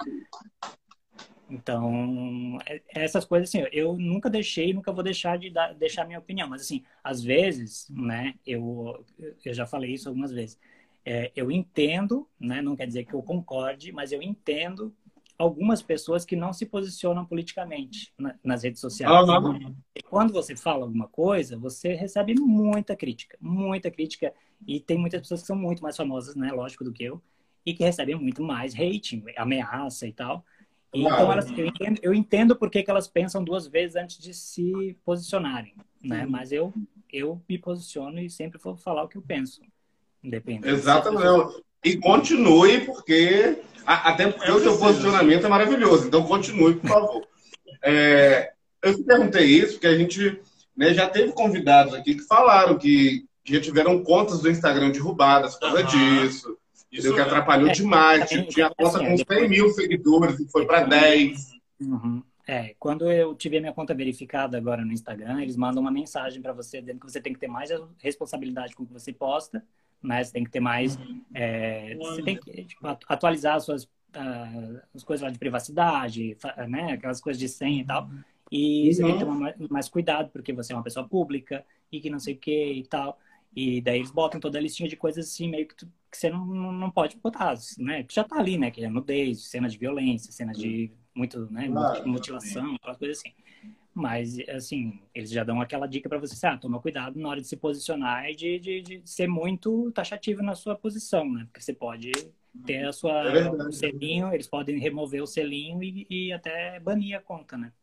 D: Então, essas coisas, assim, eu nunca deixei, nunca vou deixar de dar, deixar minha opinião. Mas, assim, às vezes, né, eu, eu já falei isso algumas vezes, é, eu entendo, né, não quer dizer que eu concorde, mas eu entendo algumas pessoas que não se posicionam politicamente na, nas redes sociais.
B: Uhum.
D: E quando você fala alguma coisa, você recebe muita crítica, muita crítica. E tem muitas pessoas que são muito mais famosas, né, lógico, do que eu, e que recebem muito mais hating, ameaça e tal. Então, elas, eu, entendo, eu entendo por que, que elas pensam duas vezes antes de se posicionarem, né? Mas eu, eu me posiciono e sempre vou falar o que eu penso, independente.
B: Exatamente. E continue, porque... Até porque o seu posicionamento é maravilhoso. Então, continue, por favor. É, eu te perguntei isso porque a gente, né, já teve convidados aqui que falaram que, que já tiveram contas do Instagram derrubadas por causa
C: Aham.
B: disso.
C: Isso
B: que
C: é.
B: atrapalhou
D: É,
B: demais.
D: também,
B: Tinha conta
D: assim,
B: com
D: depois-
B: cem mil seguidores e foi para dez.
D: Uhum. É, quando eu tive a minha conta verificada agora no Instagram, eles mandam uma mensagem para você dizendo que você tem que ter mais responsabilidade com o que você posta, né? Você tem que ter mais... é, você tem que tipo, atualizar as suas ah, as coisas lá de privacidade, fa- né? Aquelas coisas de senha e tal. E você tem que tomar mais, mais cuidado, porque você é uma pessoa pública e que não sei o que e tal. E daí eles botam toda a listinha de coisas assim, meio que, tu, que você não, não não pode botar, né? Que já tá ali, né? Que é nudez, cenas de violência, cenas de muito, né?
B: Claro.
D: Mutilação, aquelas coisas assim. Mas, assim, eles já dão aquela dica para você, assim, ah, toma cuidado na hora de se posicionar e de, de, de ser muito taxativo na sua posição, né? Porque você pode ter a sua,
B: É verdade.
D: o selinho, eles podem remover o selinho e, e até banir a conta, né?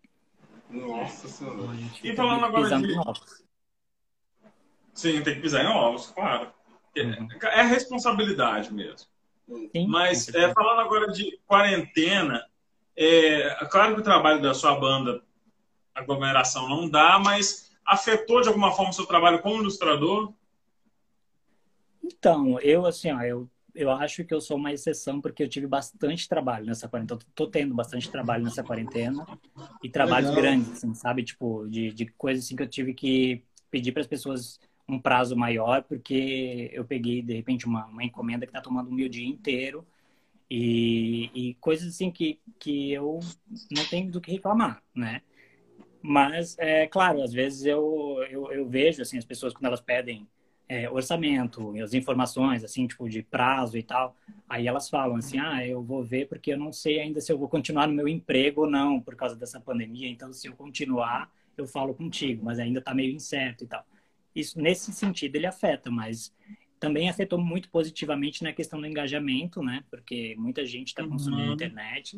B: Nossa Senhora.
D: Então, a gente
C: E
D: fica
C: falando agora
D: pisando
C: de-
D: em ovos.
C: Sim, tem que pisar em ovos, claro. É,
D: Uhum.
C: é responsabilidade mesmo.
D: Sim,
C: Mas
D: com certeza.
C: é, falando agora de quarentena, é, claro que o trabalho da sua banda, aglomeração não dá, mas afetou de alguma forma o seu trabalho como ilustrador?
D: Então, eu assim, ó, eu eu acho que eu sou uma exceção porque eu tive bastante trabalho nessa quarentena. Tô tendo bastante trabalho nessa quarentena e trabalhos
B: Legal.
D: grandes, assim, sabe? Tipo, de, de coisas assim que eu tive que pedir para as pessoas um prazo maior porque eu peguei, de repente, uma, uma encomenda que tá tomando o meu dia inteiro e, e coisas assim que, que eu não tenho do que reclamar, né? Mas, é claro, às vezes eu, eu, eu vejo, assim, as pessoas quando elas pedem é, orçamento, as informações, assim, tipo, de prazo e tal, aí elas falam assim, ah, eu vou ver porque eu não sei ainda se eu vou continuar no meu emprego ou não por causa dessa pandemia, então se eu continuar, eu falo contigo, mas ainda tá meio incerto e tal. Isso, nesse sentido, ele afeta, mas também afetou muito positivamente na questão do engajamento, né? Porque muita gente está consumindo
C: Uhum.
D: internet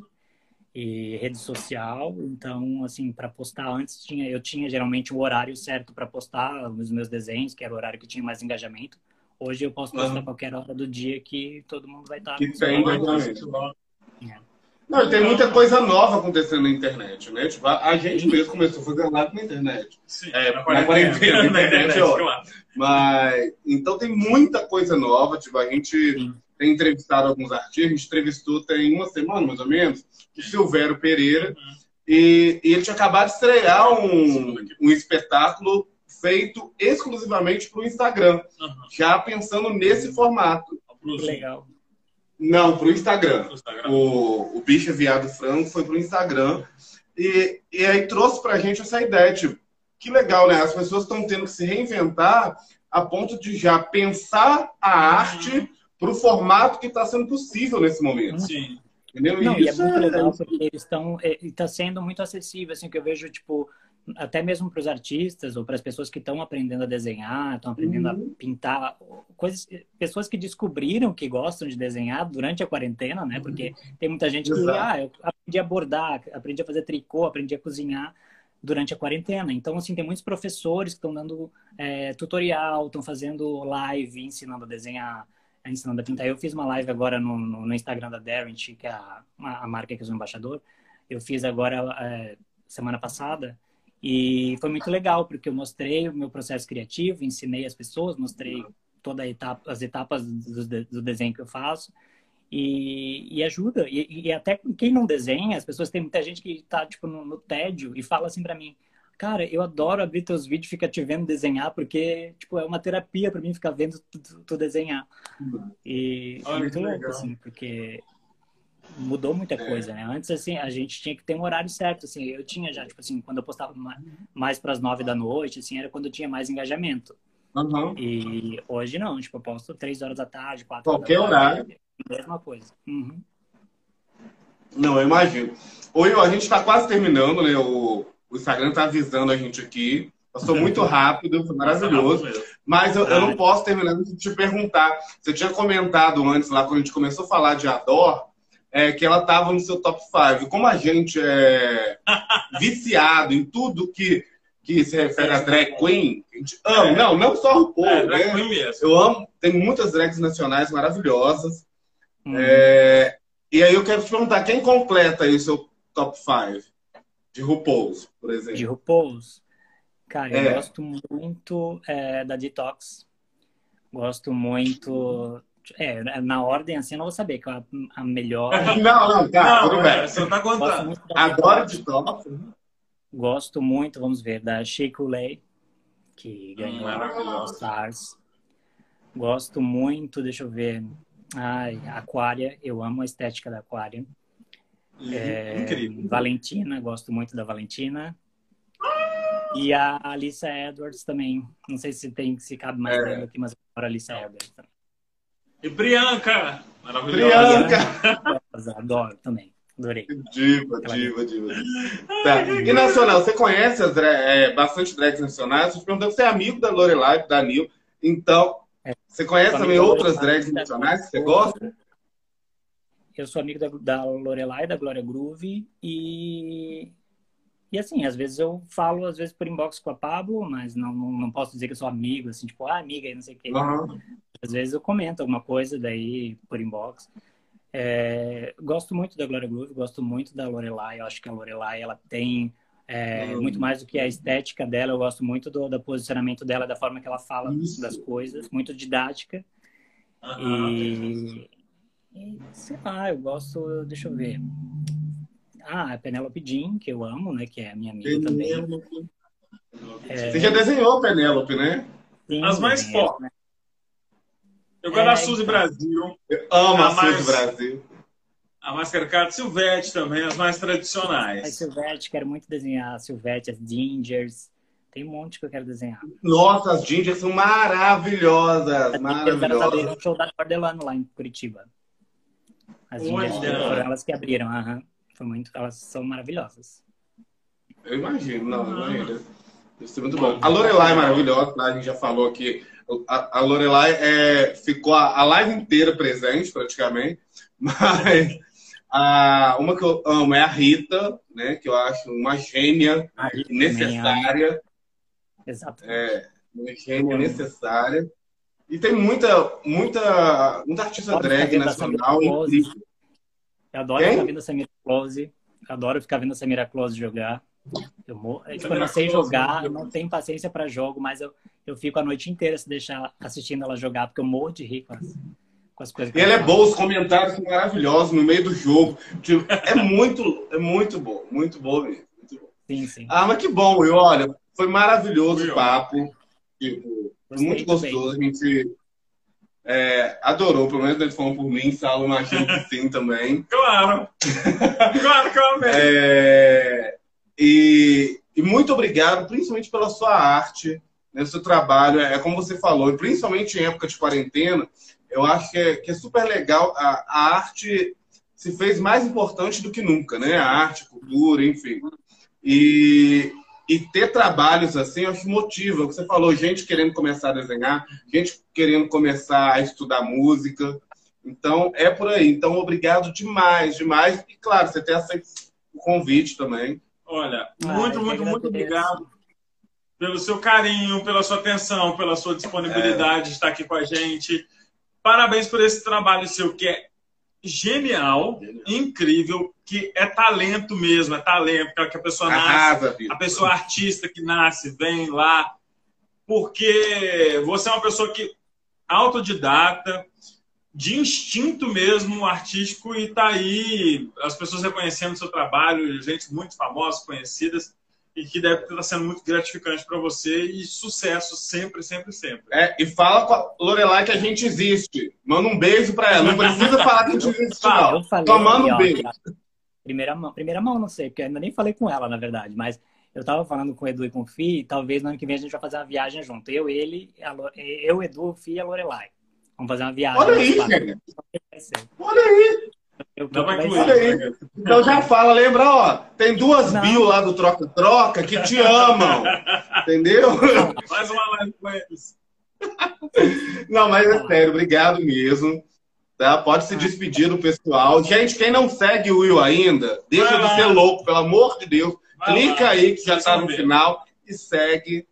D: e rede social, então assim, para postar antes tinha eu tinha geralmente o horário certo para postar os meus desenhos, que era o horário que tinha mais engajamento. Hoje eu posso postar
B: Aham.
D: qualquer hora do dia que todo mundo vai estar
B: Que
D: com o
B: tem
D: celular na mão.
B: engajamento.
D: É.
B: Não, e tem muita coisa nova acontecendo na internet, né? Tipo, a, a gente
D: Sim.
B: mesmo começou a fazer live na internet.
C: Sim,
B: É,
C: na
B: na
C: quarentena.
B: quarentena, na
C: Na
B: internet,
C: internet,
B: ó.
C: claro.
B: Mas, então tem muita coisa nova. Tipo, a gente
D: Sim.
B: tem entrevistado alguns artistas. A gente entrevistou tem uma semana, mais ou menos, o Silvério Pereira.
C: Uhum.
B: E, e ele tinha acabado de estrear um, um espetáculo feito exclusivamente para o Instagram.
C: Uhum.
B: Já pensando nesse formato.
C: Pro
D: Que
C: Zoom,
D: legal.
B: Não, para o Instagram.
C: pro Instagram.
B: O, o Bicho Viado Frango foi para o Instagram. E, e aí trouxe para a gente essa ideia, tipo, que legal, né? As pessoas estão tendo que se reinventar a ponto de já pensar a arte para o formato que está sendo possível nesse momento.
C: Sim.
B: Entendeu?
D: Não, e é
B: isso
D: muito
B: é,
D: legal porque eles estão, está sendo muito acessível, assim, que eu vejo, tipo, até mesmo para os artistas ou para as pessoas que estão aprendendo a desenhar, estão aprendendo
B: Uhum.
D: a pintar, coisas, pessoas que descobriram que gostam de desenhar durante a quarentena, né? Porque tem muita gente que,
B: Exato.
D: ah, eu aprendi a bordar, aprendi a fazer tricô, aprendi a cozinhar durante a quarentena. Então, assim, tem muitos professores que estão dando é, tutorial, estão fazendo live, ensinando a desenhar, ensinando a pintar. Eu fiz uma live agora no, no, no Instagram da Derwent, que é a, a marca que eu sou embaixador. Eu fiz agora, é, semana passada, e foi muito legal, porque eu mostrei o meu processo criativo, ensinei as pessoas, mostrei todas etapa, as etapas do, do desenho que eu faço, e, e ajuda. E, e até quem não desenha, as pessoas, tem muita gente que está tipo, no, no tédio e fala assim para mim, cara, eu adoro abrir teus vídeos e ficar te vendo desenhar, porque tipo, é uma terapia para mim ficar vendo tu, tu, tu desenhar. E
C: Olha,
D: é muito
C: que
D: louco,
C: legal.
D: assim, porque mudou muita coisa, né? Antes, assim, a gente tinha que ter um horário certo, assim. Eu tinha já, tipo assim, quando eu postava mais para as nove da noite, assim, era quando eu tinha mais engajamento.
B: Uhum.
D: E hoje não, tipo, eu posto três horas da tarde, quatro horas da
B: Qualquer
D: tarde.
B: horário.
D: Mesma coisa. Uhum.
B: Não, eu imagino. Oi, a gente está quase terminando, né? O, o Instagram está avisando a gente aqui. Passou muito rápido, foi maravilhoso. Mas eu, eu não posso terminar de te perguntar. Você tinha comentado antes, lá quando a gente começou a falar de Ador, é, que ela estava no seu top cinco. Como a gente é viciado em tudo que, que se refere a drag queen, a gente ama.
C: É.
B: Não, não só o povo,
C: É, drag
B: né?
C: queen mesmo.
B: Eu amo. Tem muitas drags nacionais maravilhosas.
D: Uhum.
B: É, e aí eu quero te perguntar, quem completa aí o seu top cinco? De RuPaul's, por exemplo.
D: De RuPaul's. Cara, eu
B: É.
D: gosto muito é, da Detox. Gosto muito... É, na ordem assim eu não vou saber que é a, a melhor.
B: Não, não, tá, tudo
C: Não,
B: bem.
C: é, você tá
D: Gosto
C: contando.
D: muito da
B: Adoro
D: Detox.
B: de top.
D: Gosto muito, vamos ver, da Shea Coulee, que ganhou
C: Maravilhoso.
D: o All Stars. Gosto muito, deixa eu ver. Ai, Aquaria, eu amo a estética da Aquaria. É,
C: Incrível.
D: Valentina, gosto muito da Valentina. E a Alyssa Edwards também. Não sei se tem se cabe mais
B: É.
D: dela aqui, mas eu adoro a Alyssa Edwards também.
C: E Priyanka. Maravilhosa.
B: Priyanka.
D: Adoro também. Adorei.
B: Diva, diva, diva. Tá. E nacional, você conhece as dra- é, bastante drags nacionais? Você perguntou se você é amigo da Lorelai, da Nil. Então,
D: É.
B: você conhece
D: Sou
B: também
D: amigo da
B: outras
D: Lorelai,
B: drags
D: da
B: nacionais que você
D: Glória
B: gosta?
D: Eu sou amigo da, da Lorelai, da Glória Groove e e assim, às vezes eu falo, às vezes por inbox com a Pablo, mas não, não, não posso dizer que eu sou amigo, assim, tipo, ah, amiga, e não sei o quê.
B: Uhum.
D: Às vezes eu comento alguma coisa daí por inbox. É, gosto muito da Glória Groove, gosto muito da Lorelai. Eu acho que a Lorelai, ela tem é,
B: Hum.
D: muito mais do que a estética dela. Eu gosto muito do, do posicionamento dela, da forma que ela fala
B: Isso.
D: das coisas, muito didática.
C: Aham,
D: E, e, sei lá, eu gosto, deixa eu ver. Ah, a Penélope Jean, que eu amo, né? Que é minha amiga também.
B: Penélope. Você já
D: É,
B: desenhou a Penélope, né?
C: as
D: sim,
C: mais
D: desenhei ela,
C: pop.
D: né?
C: Eu gosto da
D: É,
C: Suzy
D: então.
C: Brasil,
B: Eu amo a
C: a
B: Suzy
C: mais,
B: Brasil.
C: a mais caricata, Silvete também, as mais
D: A
C: tradicionais.
D: Silvete, quero muito desenhar a Silvete, as Gingers. Tem um monte que eu quero desenhar.
B: Nossa, as gingers são maravilhosas,
D: As Gingers, elas abriram
B: maravilhosas.
D: um show da Cordelano lá em Curitiba. As Gingers foram
C: Olha,
D: elas que abriram, aham. Foi muito, elas são maravilhosas.
B: Eu imagino, não, eu
C: uhum.
B: imagino. Isso é muito bom. A Lorelai é maravilhosa, tá? A gente já falou aqui. A, a Lorelai é, ficou a, a live inteira presente, praticamente. Mas a, uma que eu amo é a Rita, né? Que eu acho uma gênia
D: A Rita também, amo.
B: necessária.
D: Exatamente.
B: É, uma
D: Eu
B: gênia
D: amo.
B: necessária. E tem muita, muita, muita artista
D: Adoro ficar
B: drag
D: vendo a Samira
B: nacional
D: Close.
B: incrível.
D: Eu adoro ficar
B: Quem?
D: vendo a Samira Close. Eu adoro ficar vendo a Samira Close jogar. Eu, mor... é, tipo, eu
C: Samira
D: não sei
C: Close,
D: jogar,
C: meu
D: eu não
C: Deus.
D: tenho paciência para jogo, mas eu, eu fico a noite inteira se deixar assistindo ela jogar, porque eu morro de rir com as, com as coisas que
B: E
D: ela
B: ela é
D: fala.
B: boa, os comentários são maravilhosos no meio do jogo. Tipo, é muito, é muito bom, muito bom mesmo. Muito bom.
D: Sim, sim.
B: Ah, mas que bom, Will. Olha, foi maravilhoso o
C: Will.
B: papo. Tipo, foi
D: Gostei
B: muito
D: também.
B: gostoso. A gente é, adorou, pelo menos eles falam por mim, Saulo, imagino que sim também.
C: Claro, claro que eu amei.
B: É, e, e muito obrigado, principalmente pela sua arte, né, seu trabalho. É como você falou, e principalmente em época de quarentena, eu acho que é, que é super legal. A, a arte se fez mais importante do que nunca, né? A arte, a cultura, enfim. E, e ter trabalhos assim, eu acho que motiva. Você falou, gente querendo começar a desenhar, gente querendo começar a estudar música. Então, é por aí. Então, obrigado demais, demais. E, claro, você ter aceito o convite também.
C: Olha,
D: Ah,
C: muito,
D: eu que
C: muito, muito
D: agradeço.
C: obrigado pelo seu carinho, pela sua atenção, pela sua disponibilidade de estar aqui com a gente. Parabéns por esse trabalho seu, que é genial, incrível, que é talento mesmo, é talento, que a pessoa nasce,
B: Arrasa, Vitor.
C: a pessoa artista que nasce, vem lá, porque você é uma pessoa que autodidata, de instinto mesmo artístico, e tá aí as pessoas reconhecendo o seu trabalho, gente muito famosa, conhecidas, e que deve estar sendo muito gratificante para você, e sucesso sempre, sempre, sempre.
B: É, e fala com a Lorelai que a gente existe. Manda um beijo pra ela. Não precisa falar que a gente existe, não.
D: Eu falei,
B: Só manda um
D: ó,
B: beijo.
D: primeira mão, primeira mão, não sei, porque eu ainda nem falei com ela, na verdade, mas eu tava falando com o Edu e com o Fih, e talvez no ano que vem a gente vai fazer uma viagem junto. Eu, ele, a Lo... eu, Edu, o Fih e a Lorelai. Vamos fazer uma viagem.
B: Olha aí,
D: nós quatro.
B: gente. Olha aí.
D: Eu,
C: Dá pra
D: vai
C: incluir.
B: Olha
D: ser.
B: aí. Então já fala, lembra, ó. Tem duas
D: Não.
B: bio lá do Troca-Troca que te amam. Entendeu?
C: Mais uma live com eles.
B: Não, mas é sério, obrigado mesmo. Tá? Pode se despedir do pessoal. Gente, quem não segue o Will ainda, deixa
C: Vai
B: de
C: lá.
B: ser louco, pelo amor de Deus.
C: Vai
B: Clica
C: lá.
B: aí que já
C: Vocês
B: tá
C: vão
B: no
C: ver.
B: final e segue.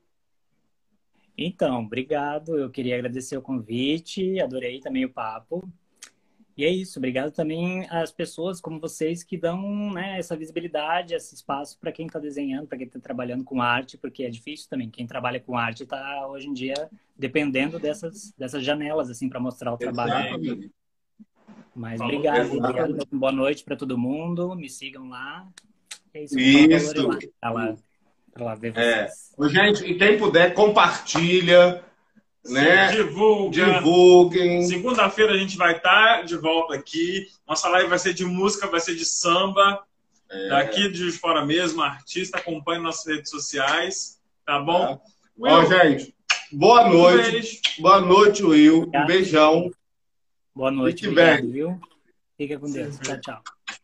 D: Então, obrigado. Eu queria agradecer o convite, adorei também o papo. E é isso, obrigado também às pessoas como vocês que dão, né, essa visibilidade, esse espaço para quem está desenhando, para quem está trabalhando com arte, porque é difícil também. Quem trabalha com arte está hoje em dia dependendo dessas, dessas janelas assim para mostrar o trabalho.
B: Exatamente.
D: Mas
C: Falou.
D: obrigado,
B: Exatamente.
D: obrigado. Boa noite para todo mundo. Me sigam lá. É isso.
B: Isso.
D: Para lá, pra lá ver
B: É.
D: vocês.
B: Ô, gente, e quem puder, compartilha, né?
C: Divulga.
B: Divulguem.
C: Segunda-feira a gente vai estar de volta aqui. Nossa live vai ser de música, vai ser de samba.
B: É.
C: Daqui de Juiz de Fora mesmo, artista. Acompanhe nossas redes sociais. Tá bom?
B: Tá. Ó, gente, boa
C: um
B: noite.
C: beijo.
B: Boa noite, Will. Um
D: Obrigado.
B: beijão.
D: Boa noite,
B: Fique
D: obrigado,
B: bem.
D: viu? Fica com Deus. Tchau, tchau.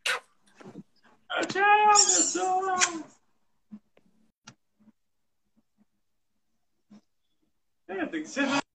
C: Tchau, pessoal. É, tem que ser.